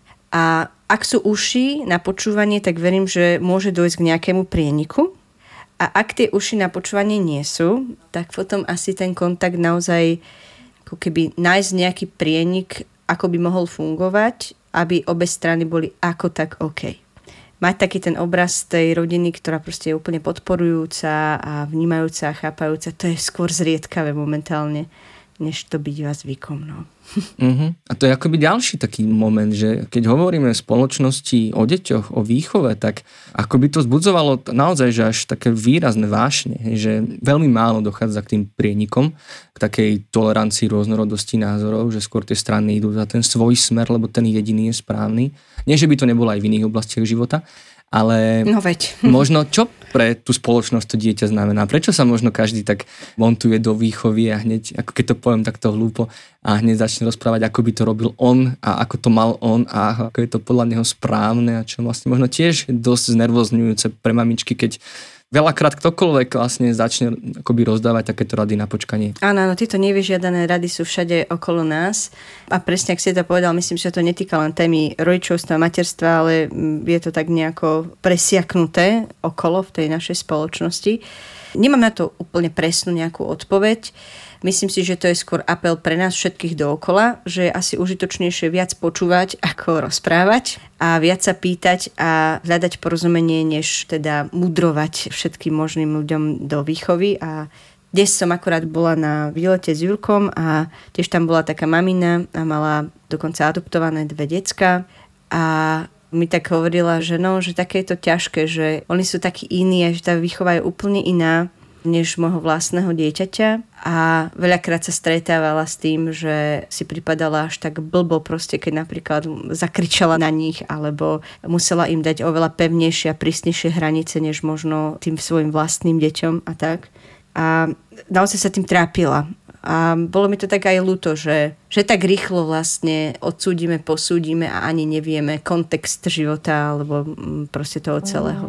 A ak sú uši na počúvanie, tak verím, že môže dojsť k nejakému prieniku. A ak tie uši na počúvanie nie sú, tak potom asi ten kontakt naozaj ako keby nájsť nejaký prienik, ako by mohol fungovať, aby obe strany boli ako tak OK. Mať taký ten obraz tej rodiny, ktorá proste je úplne podporujúca a vnímajúca a chápajúca, to je skôr zriedkavé momentálne, než to byť vás zvykom. No. Uh-huh. A to je akoby ďalší taký moment, že keď hovoríme v spoločnosti o deťoch, o výchove, tak akoby to vzbudzovalo naozaj, že až také výrazné vášne, že veľmi málo dochádza k tým prienikom, k takej tolerancii rôznorodosti názorov, že skôr tie strany idú za ten svoj smer, lebo ten jediný je správny. Nie, že by to nebolo aj v iných oblastiach života, ale no veď. možno čo pre tú spoločnosť to dieťa znamená? Prečo sa možno každý tak montuje do výchovy a hneď, ako keď to poviem takto hlúpo, a hneď začne rozprávať, ako by to robil on a ako to mal on a ako je to podľa neho správne a čo vlastne možno tiež dosť znervozňujúce pre mamičky, keď veľakrát ktokoľvek vlastne začne akoby rozdávať takéto rady na počkanie. Áno, áno, títo nevyžiadané rady sú všade okolo nás a presne, ak si to povedal, myslím, že to netýka len témy rodičovstva, materstva, ale je to tak nejako presiaknuté okolo v tej našej spoločnosti. Nemám na to úplne presnú nejakú odpoveď. Myslím si, že to je skôr apel pre nás všetkých dookola, že je asi užitočnejšie viac počúvať, ako rozprávať a viac sa pýtať a hľadať porozumenie, než teda mudrovať všetkým možným ľuďom do výchovy. A dnes som akorát bola na výlete s Jurkom a tiež tam bola taká mamina a mala dokonca adoptované dve decka a mi tak hovorila, že no, že také je to ťažké, že oni sú takí iní a že tá výchova je úplne iná než môjho vlastného dieťaťa a veľakrát sa stretávala s tým, že si pripadala až tak blbo proste, keď napríklad zakričala na nich alebo musela im dať oveľa pevnejšie a prísnejšie hranice, než možno tým svojim vlastným deťom a tak. A naozaj sa tým trápila. A bolo mi to tak aj ľúto, že, že tak rýchlo vlastne odsúdime, posúdime a ani nevieme kontext života alebo proste toho celého.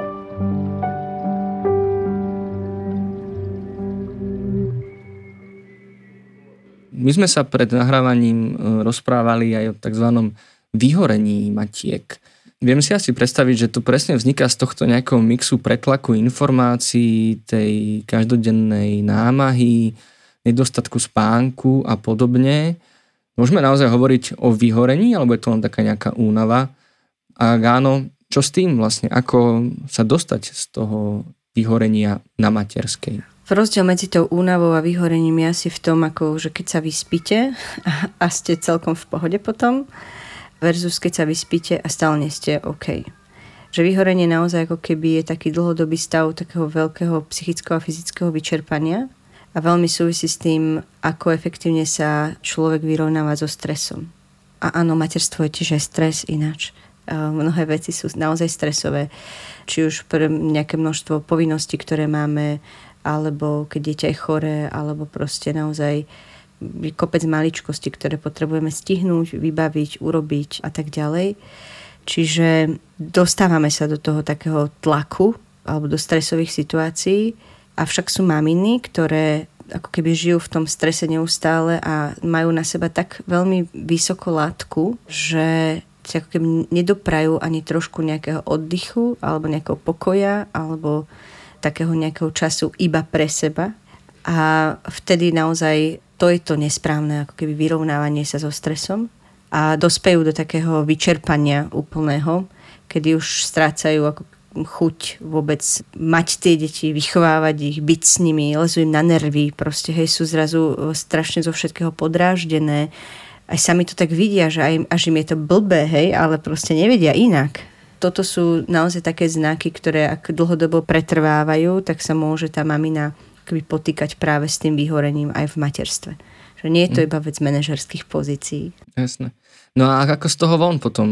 My sme sa pred nahrávaním rozprávali aj o takzvanom vyhorení matiek. Viem si asi predstaviť, že to presne vzniká z tohto nejakého mixu pretlaku informácií, tej každodennej námahy, nedostatku spánku a podobne. Môžeme naozaj hovoriť o vyhorení, alebo je to len taká nejaká únava? A áno, čo s tým vlastne? Ako sa dostať z toho vyhorenia na materskej? Rozdiel medzi tou únavou a vyhorením je asi v tom, ako, že keď sa vyspíte a, a ste celkom v pohode potom, versus keď sa vyspíte a stále nie ste OK. Že vyhorenie naozaj ako keby je taký dlhodobý stav takého veľkého psychického a fyzického vyčerpania a veľmi súvisí s tým, ako efektívne sa človek vyrovnáva so stresom. A áno, materstvo je tiež aj stres ináč. Mnohé veci sú naozaj stresové. Či už pre nejaké množstvo povinností, ktoré máme, alebo keď dieťa je choré, alebo proste naozaj kopec maličkosti, ktoré potrebujeme stihnúť, vybaviť, urobiť a tak ďalej. Čiže dostávame sa do toho takého tlaku alebo do stresových situácií, avšak sú maminy, ktoré ako keby žijú v tom strese neustále a majú na seba tak veľmi vysokú látku, že si ako keby nedoprajú ani trošku nejakého oddychu alebo nejakého pokoja alebo takého nejakého času iba pre seba. A vtedy naozaj to je to nesprávne ako keby vyrovnávanie sa so stresom a dospejú do takého vyčerpania úplného, kedy už strácajú ako chuť vôbec mať tie deti, vychovávať ich, byť s nimi, lezú im na nervy, proste hej, sú zrazu strašne zo všetkého podráždené. Aj sami to tak vidia, že aj, až im je to blbé, hej, ale proste nevedia inak. Toto sú naozaj také znaky, ktoré ak dlhodobo pretrvávajú, tak sa môže tá mamina keby potýkať práve s tým vyhorením aj v materstve. Že nie je to iba vec manažerských pozícií. Jasné. No a ako z toho von potom?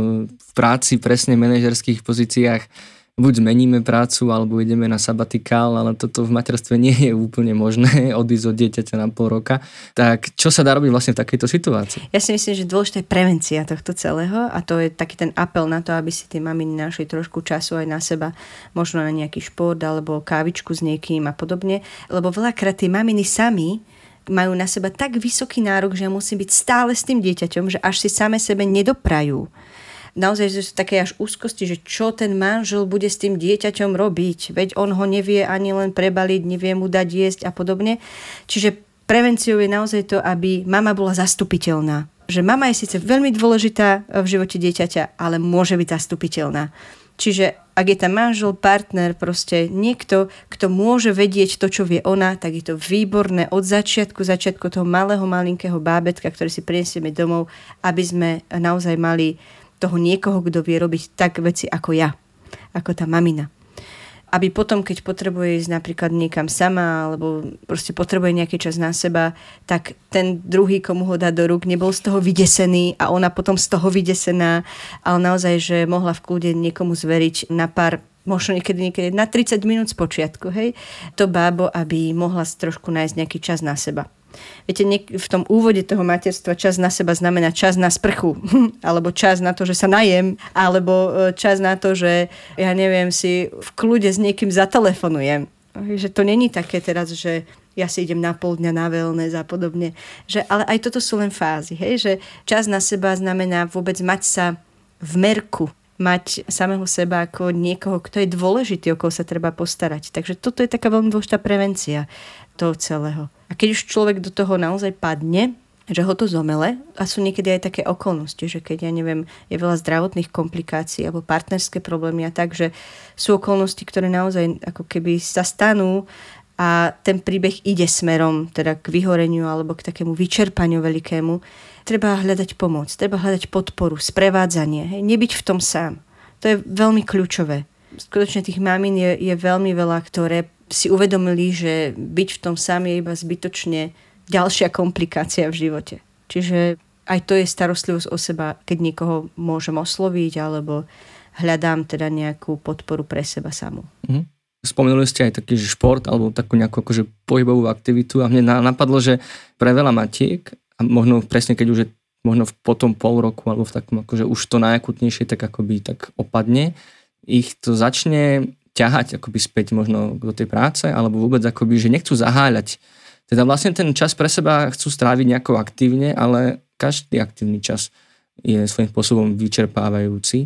V práci presne v manažerských pozíciách buď zmeníme prácu, alebo ideme na sabatikál, ale toto v materstve nie je úplne možné odísť od dieťaťa na pol roka. Tak čo sa dá robiť vlastne v takejto situácii? Ja si myslím, že dôležitá je prevencia tohto celého a to je taký ten apel na to, aby si tie maminy našli trošku času aj na seba, možno na nejaký šport alebo kávičku s niekým a podobne, lebo veľakrát tie maminy sami majú na seba tak vysoký nárok, že musí byť stále s tým dieťaťom, že až si same sebe nedoprajú. Naozaj sú také až úzkosti, že čo ten manžel bude s tým dieťaťom robiť, veď on ho nevie ani len prebaliť, nevie mu dať jesť a podobne. Čiže prevenciou je naozaj to, aby mama bola zastupiteľná. Že mama je síce veľmi dôležitá v živote dieťaťa, ale môže byť zastupiteľná. Čiže ak je tam manžel, partner, proste niekto, kto môže vedieť to, čo vie ona, tak je to výborné od začiatku, začiatku toho malého, malinkého bábetka, ktoré si prinesieme domov, aby sme naozaj mali toho niekoho, kto vie robiť tak veci ako ja, ako tá mamina. Aby potom, keď potrebuje ísť napríklad niekam sama, alebo proste potrebuje nejaký čas na seba, tak ten druhý, komu ho dá do rúk, nebol z toho vydesený a ona potom z toho vydesená, ale naozaj, že mohla v kľude niekomu zveriť na pár, možno niekedy, niekedy na tridsať minút z počiatku, hej, to bábo, aby mohla trošku nájsť nejaký čas na seba. Viete, v tom úvode toho materstva čas na seba znamená čas na sprchu, alebo čas na to, že sa najem, alebo čas na to, že ja neviem, si v kľude s niekým zatelefonujem. Že to není také teraz, že ja si idem na pol dňa na wellness a podobne. Že, ale aj toto sú len fázy. Hej? Že čas na seba znamená vôbec mať sa v merku, mať samého seba ako niekoho, kto je dôležitý, o koho sa treba postarať. Takže toto je taká veľmi dôležitá prevencia toho celého. A keď už človek do toho naozaj padne, že ho to zomele, a sú niekedy aj také okolnosti, že keď, ja neviem, je veľa zdravotných komplikácií alebo partnerské problémy a tak, že sú okolnosti, ktoré naozaj ako keby sa stanú a ten príbeh ide smerom teda k vyhoreniu alebo k takému vyčerpaniu veľkému, treba hľadať pomoc, treba hľadať podporu, sprevádzanie, hej, nebyť v tom sám. To je veľmi kľúčové. Skutočne tých mamín je, je veľmi veľa, ktoré si uvedomili, že byť v tom sám je iba zbytočne ďalšia komplikácia v živote. Čiže aj to je starostlivosť o seba, keď niekoho môžem osloviť alebo hľadám teda nejakú podporu pre seba samú. Mhm. Spomenuli ste aj taký že šport alebo takú nejakú akože pohybovú aktivitu a mne napadlo, že pre veľa matiek a možno presne keď už je možno v potom pol roku alebo v takom akože už to najakutnejšie tak akoby tak opadne, ich to začne ťahať akoby späť možno do tej práce alebo vôbec akoby, že nechcú zaháľať. Teda vlastne ten čas pre seba chcú stráviť nejako aktívne, ale každý aktívny čas je svojím spôsobom vyčerpávajúci.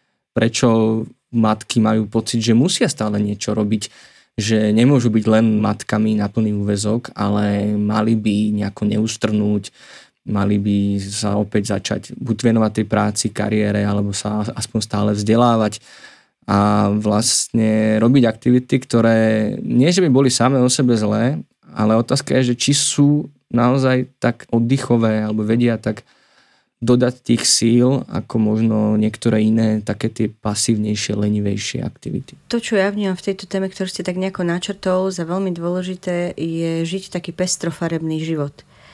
Prečo matky majú pocit, že musia stále niečo robiť, že nemôžu byť len matkami na plný úväzok, ale mali by nejako neustrnúť, mali by sa opäť začať buď venovať tej práci, kariére, alebo sa aspoň stále vzdelávať a vlastne robiť aktivity, ktoré nie, že by boli samé o sebe zlé, ale otázka je, že či sú naozaj tak oddychové alebo vedia tak dodať tých síl, ako možno niektoré iné, také tie pasívnejšie, lenivejšie aktivity. To, čo ja vnímam v tejto téme, ktorú ste tak nejako načrtol, za veľmi dôležité je žiť taký pestrofarebný život.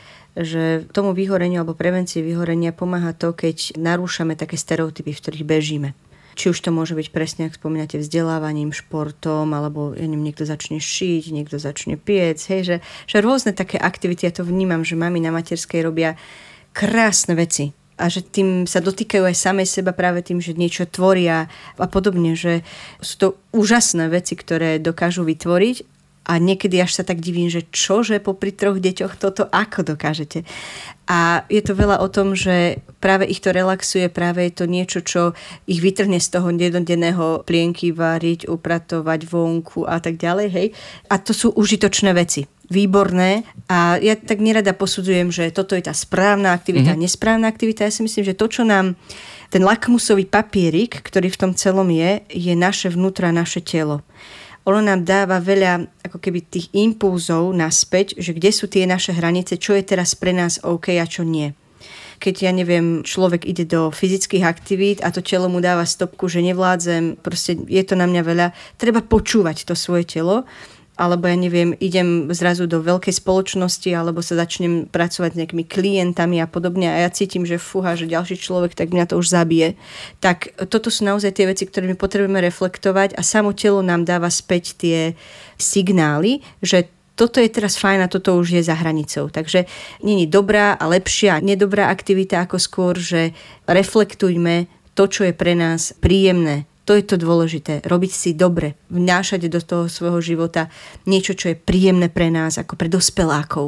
Že tomu vyhoreniu alebo prevencii vyhorenia pomáha to, keď narúšame také stereotypy, v ktorých bežíme. Či už to môže byť presne, ak spomínate, vzdelávaním, športom, alebo ja neviem, niekto začne šiť, niekto začne piec, hej, že, že rôzne také aktivity, ja to vnímam, že mami na materskej robia krásne veci a že tým sa dotýkajú aj samej seba práve tým, že niečo tvoria a podobne, že sú to úžasné veci, ktoré dokážu vytvoriť A niekedy až sa tak divím, že čože popri troch deťoch toto ako dokážete. A je to veľa o tom, že práve ich to relaxuje, práve je to niečo, čo ich vytrhne z toho jednodenného plienky variť, upratovať vonku a tak ďalej. Hej. A to sú užitočné veci. Výborné. A ja tak nerada posudzujem, že toto je tá správna aktivita, mm-hmm. nesprávna aktivita. Ja si myslím, že to, čo nám ten lakmusový papierik, ktorý v tom celom je, je naše vnútra, naše telo. Ono nám dáva veľa ako keby tých impulzov naspäť, že kde sú tie naše hranice, čo je teraz pre nás OK a čo nie. Keď, ja neviem, človek ide do fyzických aktivít a to telo mu dáva stopku, že nevládzem, proste je to na mňa veľa, treba počúvať to svoje telo. Alebo ja neviem, idem zrazu do veľkej spoločnosti alebo sa začnem pracovať s nejakými klientami a podobne a ja cítim, že fúha, že ďalší človek, tak mňa to už zabije. Tak toto sú naozaj tie veci, ktoré my potrebujeme reflektovať a samo telo nám dáva späť tie signály, že toto je teraz fajn a toto už je za hranicou. Takže nie je dobrá a lepšia, nedobrá aktivita ako skôr, že reflektujme to, čo je pre nás príjemné. To je to dôležité, robiť si dobre, vnášať do toho svojho života niečo, čo je príjemné pre nás, ako pre dospelákov.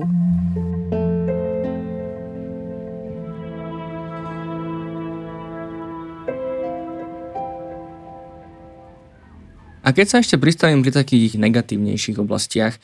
A keď sa ešte pristavím pri takých negatívnejších oblastiach,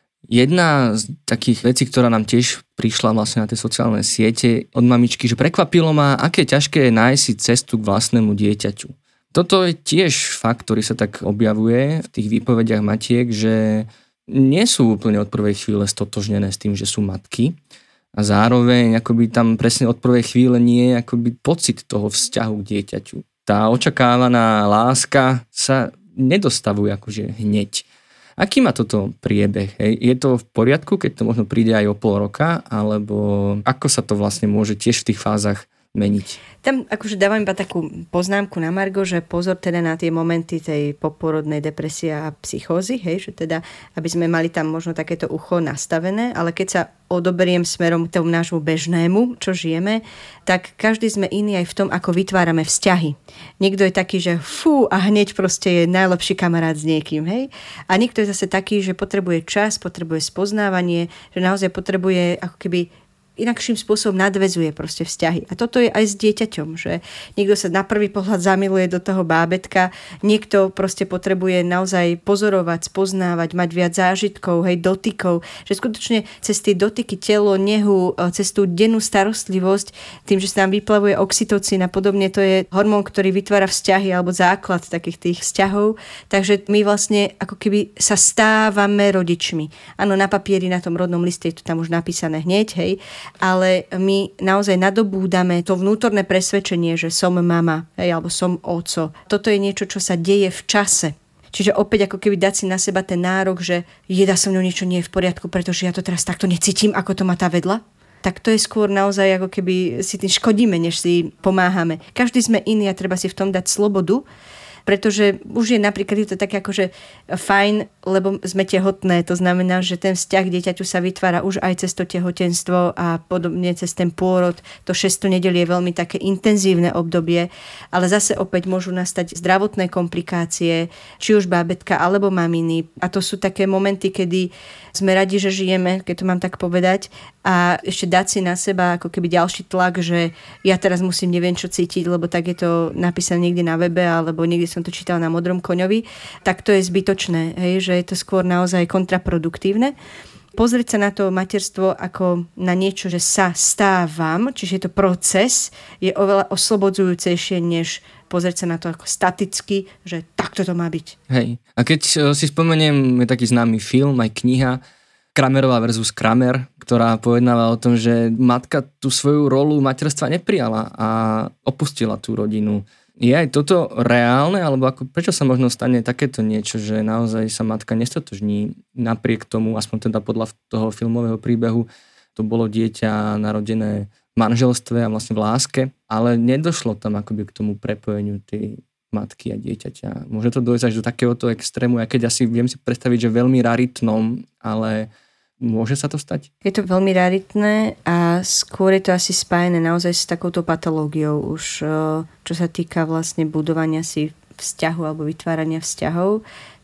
jedna z takých vecí, ktorá nám tiež prišla vlastne na tie sociálne siete od mamičky, že prekvapilo ma, aké ťažké je nájsť si cestu k vlastnému dieťaťu. Toto je tiež fakt, ktorý sa tak objavuje v tých výpovediach matiek, že nie sú úplne od prvej chvíle stotožnené s tým, že sú matky a zároveň akoby tam presne od prvej chvíle nie je akoby pocit toho vzťahu k dieťaťu. Tá očakávaná láska sa nedostavuje akože hneď. Aký má toto priebeh? Hej? Je to v poriadku, keď to možno príde aj o pol roka, alebo ako sa to vlastne môže tiež v tých fázach meniť? Tam akože dávam iba takú poznámku na margo, že pozor teda na tie momenty tej poporodnej depresie a psychózy, hej, že teda, aby sme mali tam možno takéto ucho nastavené, ale keď sa odoberiem smerom k tomu nášmu bežnému, čo žijeme, tak každý sme iný aj v tom, ako vytvárame vzťahy. Niekto je taký, že fú, a hneď proste je najlepší kamarát s niekým, hej. A niekto je zase taký, že potrebuje čas, potrebuje spoznávanie, že naozaj potrebuje ako keby inakším spôsobom nadväzuje proste vzťahy. A toto je aj s dieťaťom, že niekto sa na prvý pohľad zamiluje do toho bábetka, niekto proste potrebuje naozaj pozorovať, spoznávať, mať viac zážitkov, hej, dotykov, že skutočne cez tie dotyky, telo, nehu, cez tú dennú starostlivosť, tým, že sa nám vyplavuje oxytocín a podobne, to je hormón, ktorý vytvára vzťahy alebo základ takých tých vzťahov. Takže my vlastne ako keby sa stávame rodičmi. Áno, na papieri, na tom rodnom liste je to tam už napísané hneď, hej, ale my naozaj nadobúdame to vnútorné presvedčenie, že som mama, hej, alebo som oco. Toto je niečo, čo sa deje v čase. Čiže opäť ako keby dať si na seba ten nárok, že jeda so mnou niečo nie je v poriadku, pretože ja to teraz takto necítim, ako to má tá vedľa. Tak to je skôr naozaj ako keby si tým škodíme, než si pomáhame. Každý sme iný a treba si v tom dať slobodu, pretože už je napríklad je to také akože fajn, lebo sme tehotné, to znamená, že ten vzťah k dieťaťu sa vytvára už aj cez to tehotenstvo a podobne cez ten pôrod. To šesť nedelie je veľmi také intenzívne obdobie, ale zase opäť môžu nastať zdravotné komplikácie, či už bábätka alebo maminy. A to sú také momenty, kedy sme radi, že žijeme, keď to mám tak povedať, a ešte dať si na seba ako keby ďalší tlak, že ja teraz musím neviem čo cítiť, lebo tak je to napísané niekde na webe, alebo niekde som to čítala na Modrom koňovi, tak to je zbytočné, hej, že je to skôr naozaj kontraproduktívne. Pozrieť sa na to materstvo ako na niečo, že sa stávam, čiže je to proces, je oveľa oslobodzujúcejšie, než pozrieť sa na to ako staticky, že takto to má byť. Hej. A keď si spomeniem, je taký známy film, aj kniha Kramerová versus Kramer, ktorá pojednáva o tom, že matka tú svoju rolu materstva neprijala a opustila tú rodinu. Je aj toto reálne, alebo ako, prečo sa možno stane takéto niečo, že naozaj sa matka nestotožní napriek tomu, aspoň teda podľa toho filmového príbehu, to bolo dieťa narodené v manželstve a vlastne v láske, ale nedošlo tam akoby k tomu prepojeniu tej matky a dieťaťa. Môže to dojsť až do takéhoto extrému, aj keď asi viem si predstaviť, že veľmi raritnom, ale môže sa to stať? Je to veľmi raritné a skôr je to asi spájené naozaj s takouto patológiou už, čo sa týka vlastne budovania si vzťahu alebo vytvárania vzťahov.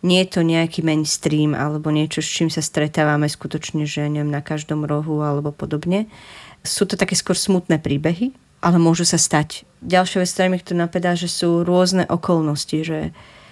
nie je to nejaký mainstream alebo niečo, s čím sa stretávame skutočne, že neviem, na každom rohu alebo podobne. Sú to také skôr smutné príbehy, ale môžu sa stať. Ďalšia vec, ktorá mi to napadá, že sú rôzne okolnosti, že,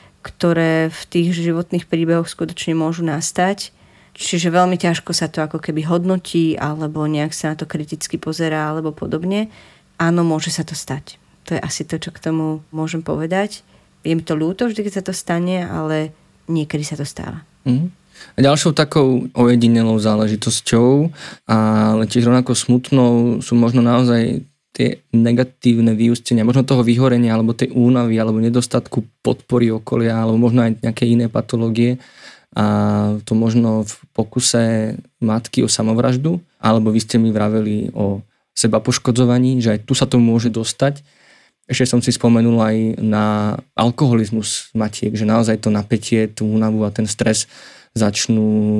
ktoré v tých životných príbehoch skutočne môžu nastať. Čiže veľmi ťažko sa to ako keby hodnotí alebo nejak sa na to kriticky pozerá alebo podobne. Áno, môže sa to stať. To je asi to, čo k tomu môžem povedať. Je mi to ľúto vždy, keď sa to stane, ale niekedy sa to stáva. Mm. A ďalšou takou ojedinelou záležitosťou, ale tiež rovnako smutnou sú možno naozaj tie negatívne vyústenia, možno toho vyhorenia, alebo tej únavy, alebo nedostatku podpory okolia, alebo možno aj nejaké iné patológie. A to možno v pokuse matky o samovraždu, alebo vy ste mi vraveli o sebapoškodzovaní, že aj tu sa to môže dostať. Ešte som si spomenul aj na alkoholizmus matiek, že naozaj to napätie, tú únavu a ten stres začnú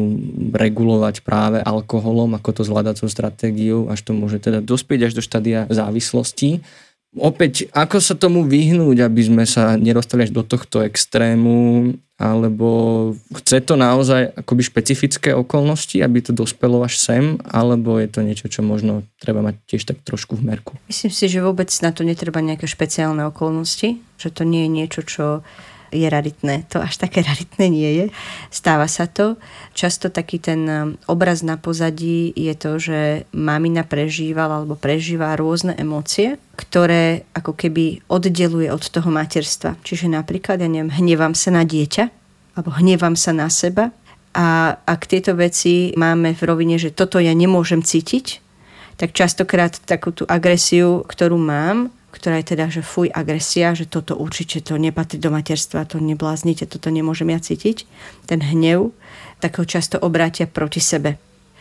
regulovať práve alkoholom, ako to zvládať so stratégiou, až to môže teda dospieť až do štádia závislosti. Opäť, ako sa tomu vyhnúť, aby sme sa nedostali až do tohto extrému, alebo chce to naozaj akoby špecifické okolnosti, aby to dospelo až sem, alebo je to niečo, čo možno treba mať tiež tak trošku v merku? Myslím si, že vôbec na to netreba nejaké špeciálne okolnosti, že to nie je niečo, čo je raritné. To až také raritné nie je. Stáva sa to. Často taký ten obraz na pozadí je to, že mamina prežívala alebo prežíva rôzne emócie, ktoré ako keby oddeluje od toho materstva. Čiže napríklad, ja neviem, hnevam sa na dieťa alebo hnevam sa na seba a ak tieto veci máme v rovine, že toto ja nemôžem cítiť, tak častokrát takú tú agresiu, ktorú mám, ktorá je teda, že fuj, agresia, že toto určite to nepatrí do materstva, to nebláznite, toto nemôžem ja cítiť. Ten hnev, tak ho často obrátia proti sebe.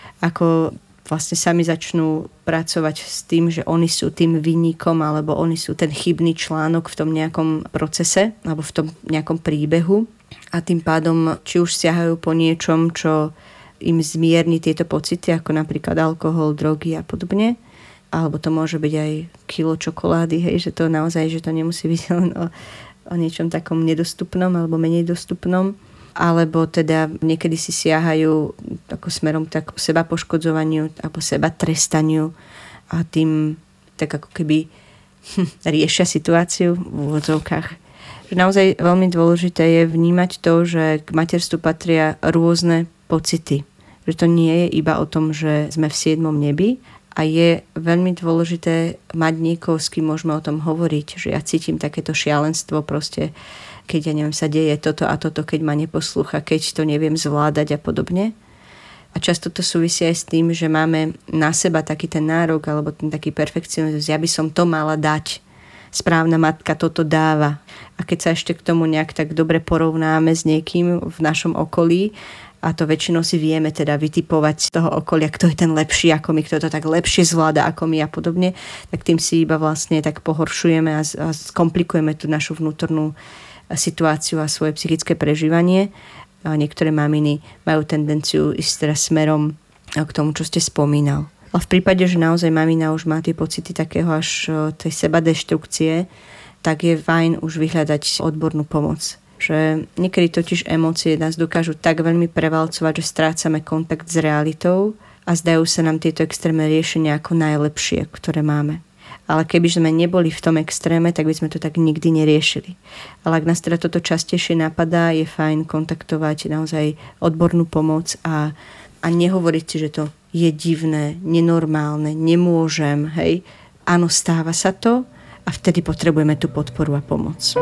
Ako vlastne sami začnú pracovať s tým, že oni sú tým vinníkom, alebo oni sú ten chybný článok v tom nejakom procese, alebo v tom nejakom príbehu. A tým pádom, či už siahajú po niečom, čo im zmierni tieto pocity, ako napríklad alkohol, drogy a podobne, alebo to môže byť aj kilo čokolády, hej, že to naozaj, že to nemusí byť len o, o niečom takom nedostupnom alebo menej dostupnom, alebo teda niekedy si siahajú ako smerom tak seba poškodzovaniu alebo seba trestaniu a tým tak ako keby hm, riešia situáciu v úvodzovkách. Že naozaj veľmi dôležité je vnímať to, že k materstvu patria rôzne pocity. Že to nie je iba o tom, že sme v siedmom nebi, a je veľmi dôležité mať niekoho, s kým môžeme o tom hovoriť, že ja cítim takéto šialenstvo proste, keď ja neviem, sa deje toto a toto, keď ma neposlúcha, keď to neviem zvládať a podobne. A často to súvisí aj s tým, že máme na seba taký ten nárok alebo ten taký perfekcionizmus, ja by som to mala dať. Správna matka toto dáva. A keď sa ešte k tomu nejak tak dobre porovnáme s niekým v našom okolí, a to väčšinou si vieme teda vytipovať z toho okolia, kto je ten lepší ako my, kto to tak lepšie zvláda ako my a podobne, tak tým si iba vlastne tak pohoršujeme a, a skomplikujeme tú našu vnútornú situáciu a svoje psychické prežívanie. A niektoré maminy majú tendenciu ísť teda smerom k tomu, čo ste spomínal. A v prípade, že naozaj mamina už má tie pocity takého až tej sebadeštrukcie, tak je fajn už vyhľadať odbornú pomoc. Že niekedy totiž emócie nás dokážu tak veľmi prevalcovať, že strácame kontakt s realitou a zdajú sa nám tieto extrémne riešenia ako najlepšie, ktoré máme. Ale keby sme neboli v tom extréme, tak by sme to tak nikdy neriešili. Ale ak nás teda toto častejšie napadá, je fajn kontaktovať naozaj odbornú pomoc a, a nehovoriť si, že to je divné, nenormálne, nemôžem, hej. Áno, stáva sa to a vtedy potrebujeme tú podporu a pomoc.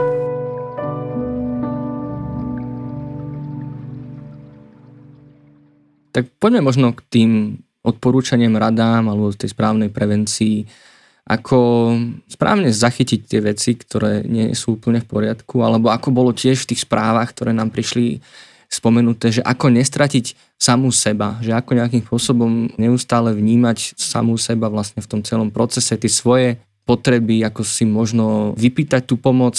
Tak poďme možno k tým odporúčaniam, radám alebo tej správnej prevencii. Ako správne zachytiť tie veci, ktoré nie sú úplne v poriadku, alebo ako bolo tiež v tých správach, ktoré nám prišli spomenuté, že ako nestratiť samú seba, že ako nejakým spôsobom neustále vnímať samú seba vlastne v tom celom procese, tie svoje potreby, ako si možno vypýtať tú pomoc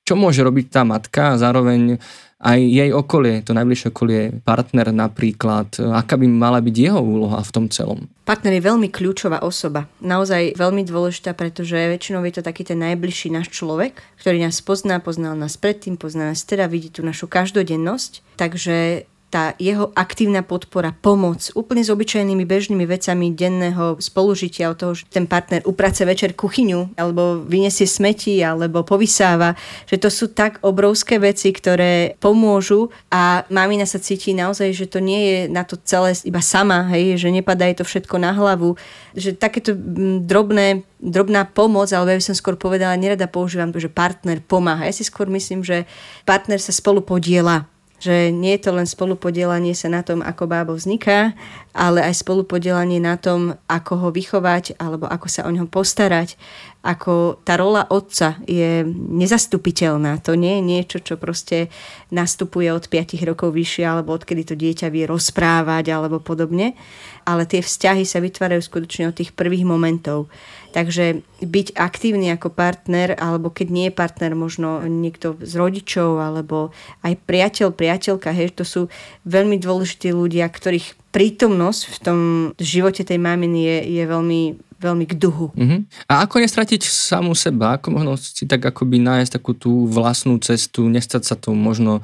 Čo môže robiť tá matka a zároveň aj jej okolie, to najbližšie okolie, partner napríklad, aká by mala byť jeho úloha v tom celom? Partner je veľmi kľúčová osoba. Naozaj veľmi dôležitá, pretože väčšinou je to taký ten najbližší náš človek, ktorý nás pozná, poznal nás predtým, pozná nás teda, vidí tú našu každodennosť. Takže tá jeho aktívna podpora, pomoc úplne s obyčajnými bežnými vecami denného spolužitia, od toho, že ten partner uprace večer kuchyňu, alebo vyniesie smeti, alebo povysáva, že to sú tak obrovské veci, ktoré pomôžu a mamina sa cíti naozaj, že to nie je na to celé iba sama, hej, že nepadá jej to všetko na hlavu, že takéto drobné drobná pomoc, alebo ja by som skôr povedala, nerada používam to, že partner pomáha. Ja si skôr myslím, že partner sa spolu podieľa. Že nie je to len spolupodielanie sa na tom, ako bábo vzniká, ale aj spolupodielanie na tom, ako ho vychovať alebo ako sa o ňo postarať. Ako tá rola otca je nezastupiteľná. To nie je niečo, čo proste nastupuje od piatich rokov vyššie alebo odkedy to dieťa vie rozprávať alebo podobne. Ale tie vzťahy sa vytvárajú skutočne od tých prvých momentov. Takže byť aktívny ako partner, alebo keď nie je partner, možno niekto z rodičov, alebo aj priateľ, priateľka, hej, to sú veľmi dôležití ľudia, ktorých prítomnosť v tom živote tej maminy je, je veľmi, veľmi k duhu. Uh-huh. A ako nestratiť samú seba? Ako možno si tak akoby nájsť takú tú vlastnú cestu, nestať sa tou možno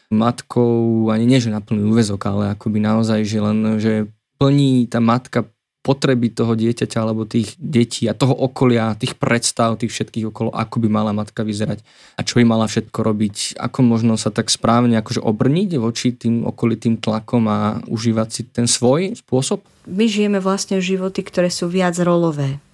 matkou, ani nie, že na plný úväzok, ale akoby naozaj, že len, že plní tá matka potreby toho dieťaťa alebo tých detí a toho okolia, tých predstav, tých všetkých okolo, ako by mala matka vyzerať a čo by mala všetko robiť, ako možno sa tak správne akože obrniť voči tým okolitým tlakom a užívať si ten svoj spôsob? My žijeme vlastne životy, ktoré sú viac rolové.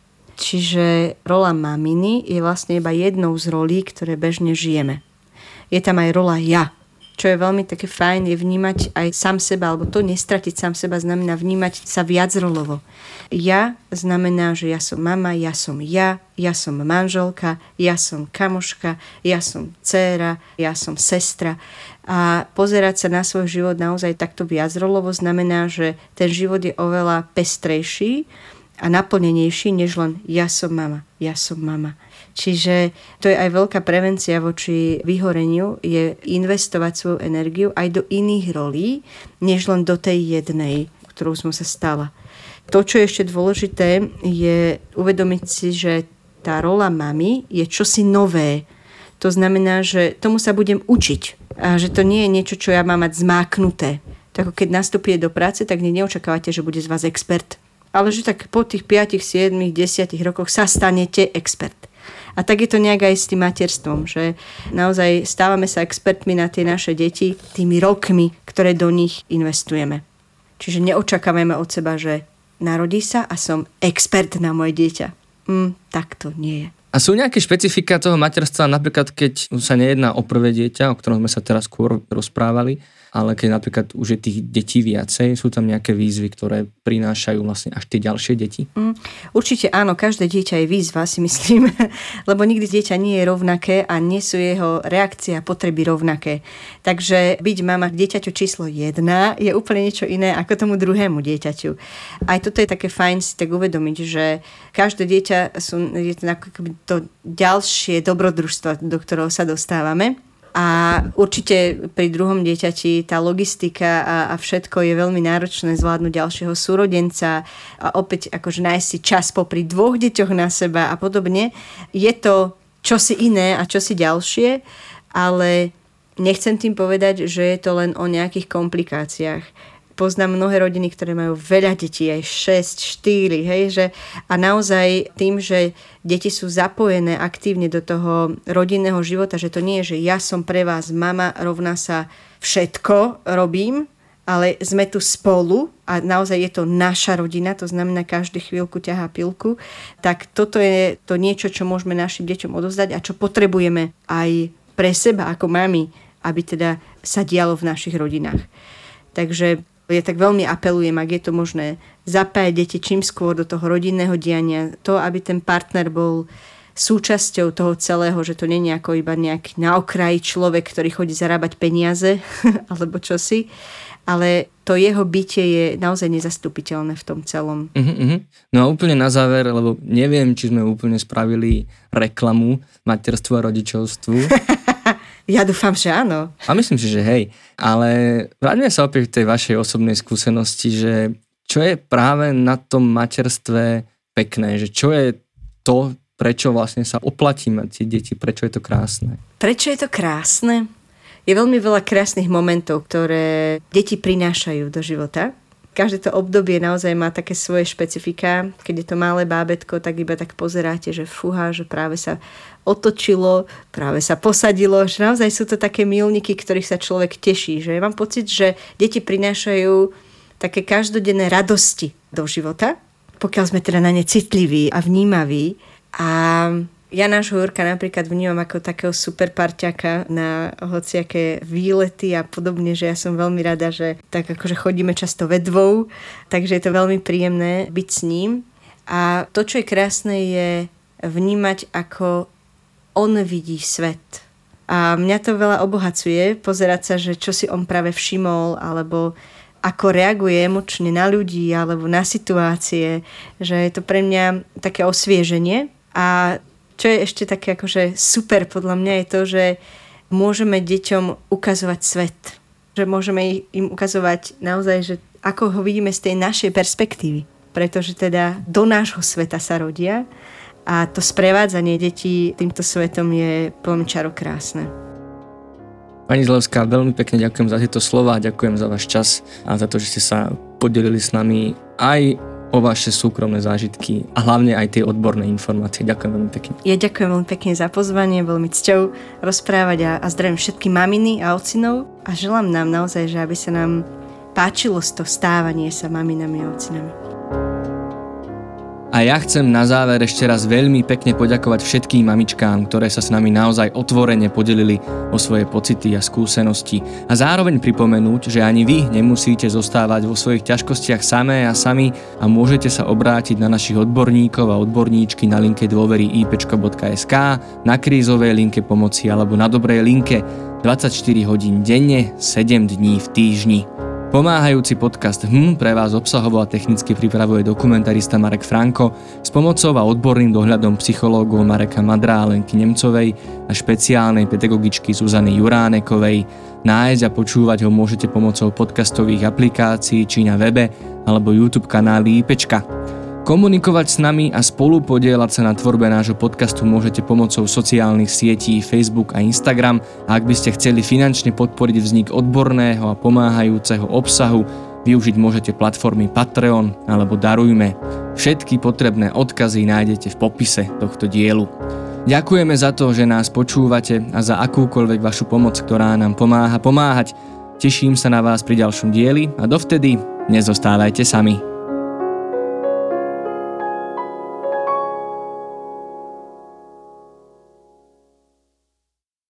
Čiže rola maminy je vlastne iba jednou z rolí, ktoré bežne žijeme. Je tam aj rola ja. Čo je veľmi také fajn, je vnímať aj sám seba, alebo to nestratiť sám seba znamená vnímať sa viac rolovo. Ja znamená, že ja som mama, ja som ja, ja som manželka, ja som kamoška, ja som dcéra, ja som sestra. A pozerať sa na svoj život naozaj takto viacrolovo znamená, že ten život je oveľa pestrejší a naplnenejší, než len ja som mama, ja som mama. Čiže to je aj veľká prevencia voči vyhoreniu, je investovať svoju energiu aj do iných rolí, než len do tej jednej, ktorou som sa stala. To, čo je ešte dôležité, je uvedomiť si, že tá rola mamy je čosi nové. To znamená, že tomu sa budem učiť. A že to nie je niečo, čo ja mám mať zmáknuté. Tak keď nastúpite do práce, tak neočakávate, že bude z vás expert. Ale že tak po tých piatich, siedmich, desiatich rokoch sa stanete expert. A tak je to nejak aj s tým materstvom, že naozaj stávame sa expertmi na tie naše deti tými rokmi, ktoré do nich investujeme. Čiže neočakávame od seba, že narodí sa a som expert na moje dieťa. Mm, tak to nie je. A sú nejaké špecifika toho materstva, napríklad keď sa nejedná o prvé dieťa, o ktorom sme sa teraz skôr rozprávali, ale keď napríklad už je tých detí viacej, sú tam nejaké výzvy, ktoré prinášajú vlastne až tie ďalšie deti? Mm, určite áno, každé dieťa je výzva, si myslím, lebo nikdy dieťa nie je rovnaké a nie sú jeho reakcie a potreby rovnaké. Takže byť mama dieťaťu číslo jedna je úplne niečo iné ako tomu druhému dieťaťu. Aj toto je také fajn si tak uvedomiť, že každé dieťa sú, je to ako to ďalšie dobrodružstvo, do ktorého sa dostávame. A určite pri druhom dieťati tá logistika a, a všetko je veľmi náročné zvládnuť ďalšieho súrodenca a opäť akože nájsť si čas popri dvoch deťoch na seba a podobne. Je to čosi iné a čosi ďalšie, ale nechcem tým povedať, že je to len o nejakých komplikáciách. Poznám mnohé rodiny, ktoré majú veľa detí, aj šesť, štyri, hej, že a naozaj tým, že deti sú zapojené aktívne do toho rodinného života, že to nie je, že ja som pre vás mama, rovná sa všetko robím, ale sme tu spolu a naozaj je to naša rodina, to znamená každý chvíľku ťahá pilku, tak toto je to niečo, čo môžeme našim deťom odovzdať a čo potrebujeme aj pre seba ako mami, aby teda sa dialo v našich rodinách. Takže ja tak veľmi apelujem, ak je to možné, zapájať deti čím skôr do toho rodinného diania, to, aby ten partner bol súčasťou toho celého, že to nie je ako iba nejaký na okraji človek, ktorý chodí zarábať peniaze, alebo čosi, ale to jeho bytie je naozaj nezastupiteľné v tom celom. Uh-huh, uh-huh. No a úplne na záver, lebo neviem, či sme úplne spravili reklamu materstvu a rodičovstvu. Ja dúfam, že áno. A myslím si, že hej. Ale vráťme sa opäť k tej vašej osobnej skúsenosti, že čo je práve na tom materstve pekné, že čo je to, prečo vlastne sa oplatí mať tie deti, prečo je to krásne? Prečo je to krásne? Je veľmi veľa krásnych momentov, ktoré deti prinášajú do života. Každé to obdobie naozaj má také svoje špecifika. Keď je to malé bábätko, tak iba tak pozeráte, že fúha, že práve sa otočilo, práve sa posadilo, že naozaj sú to také milníky, ktorých sa človek teší. Že ja mám pocit, že deti prinášajú také každodenné radosti do života, pokiaľ sme teda na ne citliví a vnímaví. A ja nášho Jurka napríklad vnímam ako takého super parťaka na hociaké výlety a podobne, že ja som veľmi rada, že tak akože chodíme často vedvou, takže je to veľmi príjemné byť s ním. A to, čo je krásne, je vnímať, ako on vidí svet. A mňa to veľa obohacuje, pozerať sa, že čo si on práve všimol, alebo ako reaguje emočne na ľudí, alebo na situácie, že je to pre mňa také osvieženie. A čo je ešte také akože super podľa mňa je to, že môžeme deťom ukazovať svet. Že môžeme im ukazovať naozaj, že ako ho vidíme z tej našej perspektívy. Pretože teda do nášho sveta sa rodia a to sprevádzanie detí týmto svetom je veľmi čarokrásne. Pani Zlevská, veľmi pekne ďakujem za tieto slová, ďakujem za váš čas a za to, že ste sa podelili s nami aj o vaše súkromné zážitky a hlavne aj tie odborné informácie. Ďakujem veľmi pekne. Ja ďakujem veľmi pekne za pozvanie, veľmi cťou rozprávať a, a zdravím všetky maminy a ocinov a želám nám naozaj, že aby sa nám páčilo to stávanie sa maminami a ocinami. A ja chcem na záver ešte raz veľmi pekne poďakovať všetkým mamičkám, ktoré sa s nami naozaj otvorene podelili o svoje pocity a skúsenosti. A zároveň pripomenúť, že ani vy nemusíte zostávať vo svojich ťažkostiach samé a sami a môžete sa obrátiť na našich odborníkov a odborníčky na linke dôvery í pé čko bodka es ká, na krízovej linke pomoci alebo na dobrej linke dvadsaťštyri hodín denne, sedem dní v týždni. Pomáhajúci podcast hm pre vás obsahovo a technicky pripravuje dokumentarista Marek Franko s pomocou a odborným dohľadom psychológov Mareka Madra a Lenky Nemcovej a špeciálnej pedagogičky Zuzany Juránekovej. Nájsť a počúvať ho môžete pomocou podcastových aplikácií či na webe alebo YouTube kanály IPčka. Komunikovať s nami a spolu podieľať sa na tvorbe nášho podcastu môžete pomocou sociálnych sietí Facebook a Instagram a ak by ste chceli finančne podporiť vznik odborného a pomáhajúceho obsahu, využiť môžete platformy Patreon alebo Darujme. Všetky potrebné odkazy nájdete v popise tohto dielu. Ďakujeme za to, že nás počúvate a za akúkoľvek vašu pomoc, ktorá nám pomáha pomáhať. Teším sa na vás pri ďalšom dieli a dovtedy nezostávajte sami.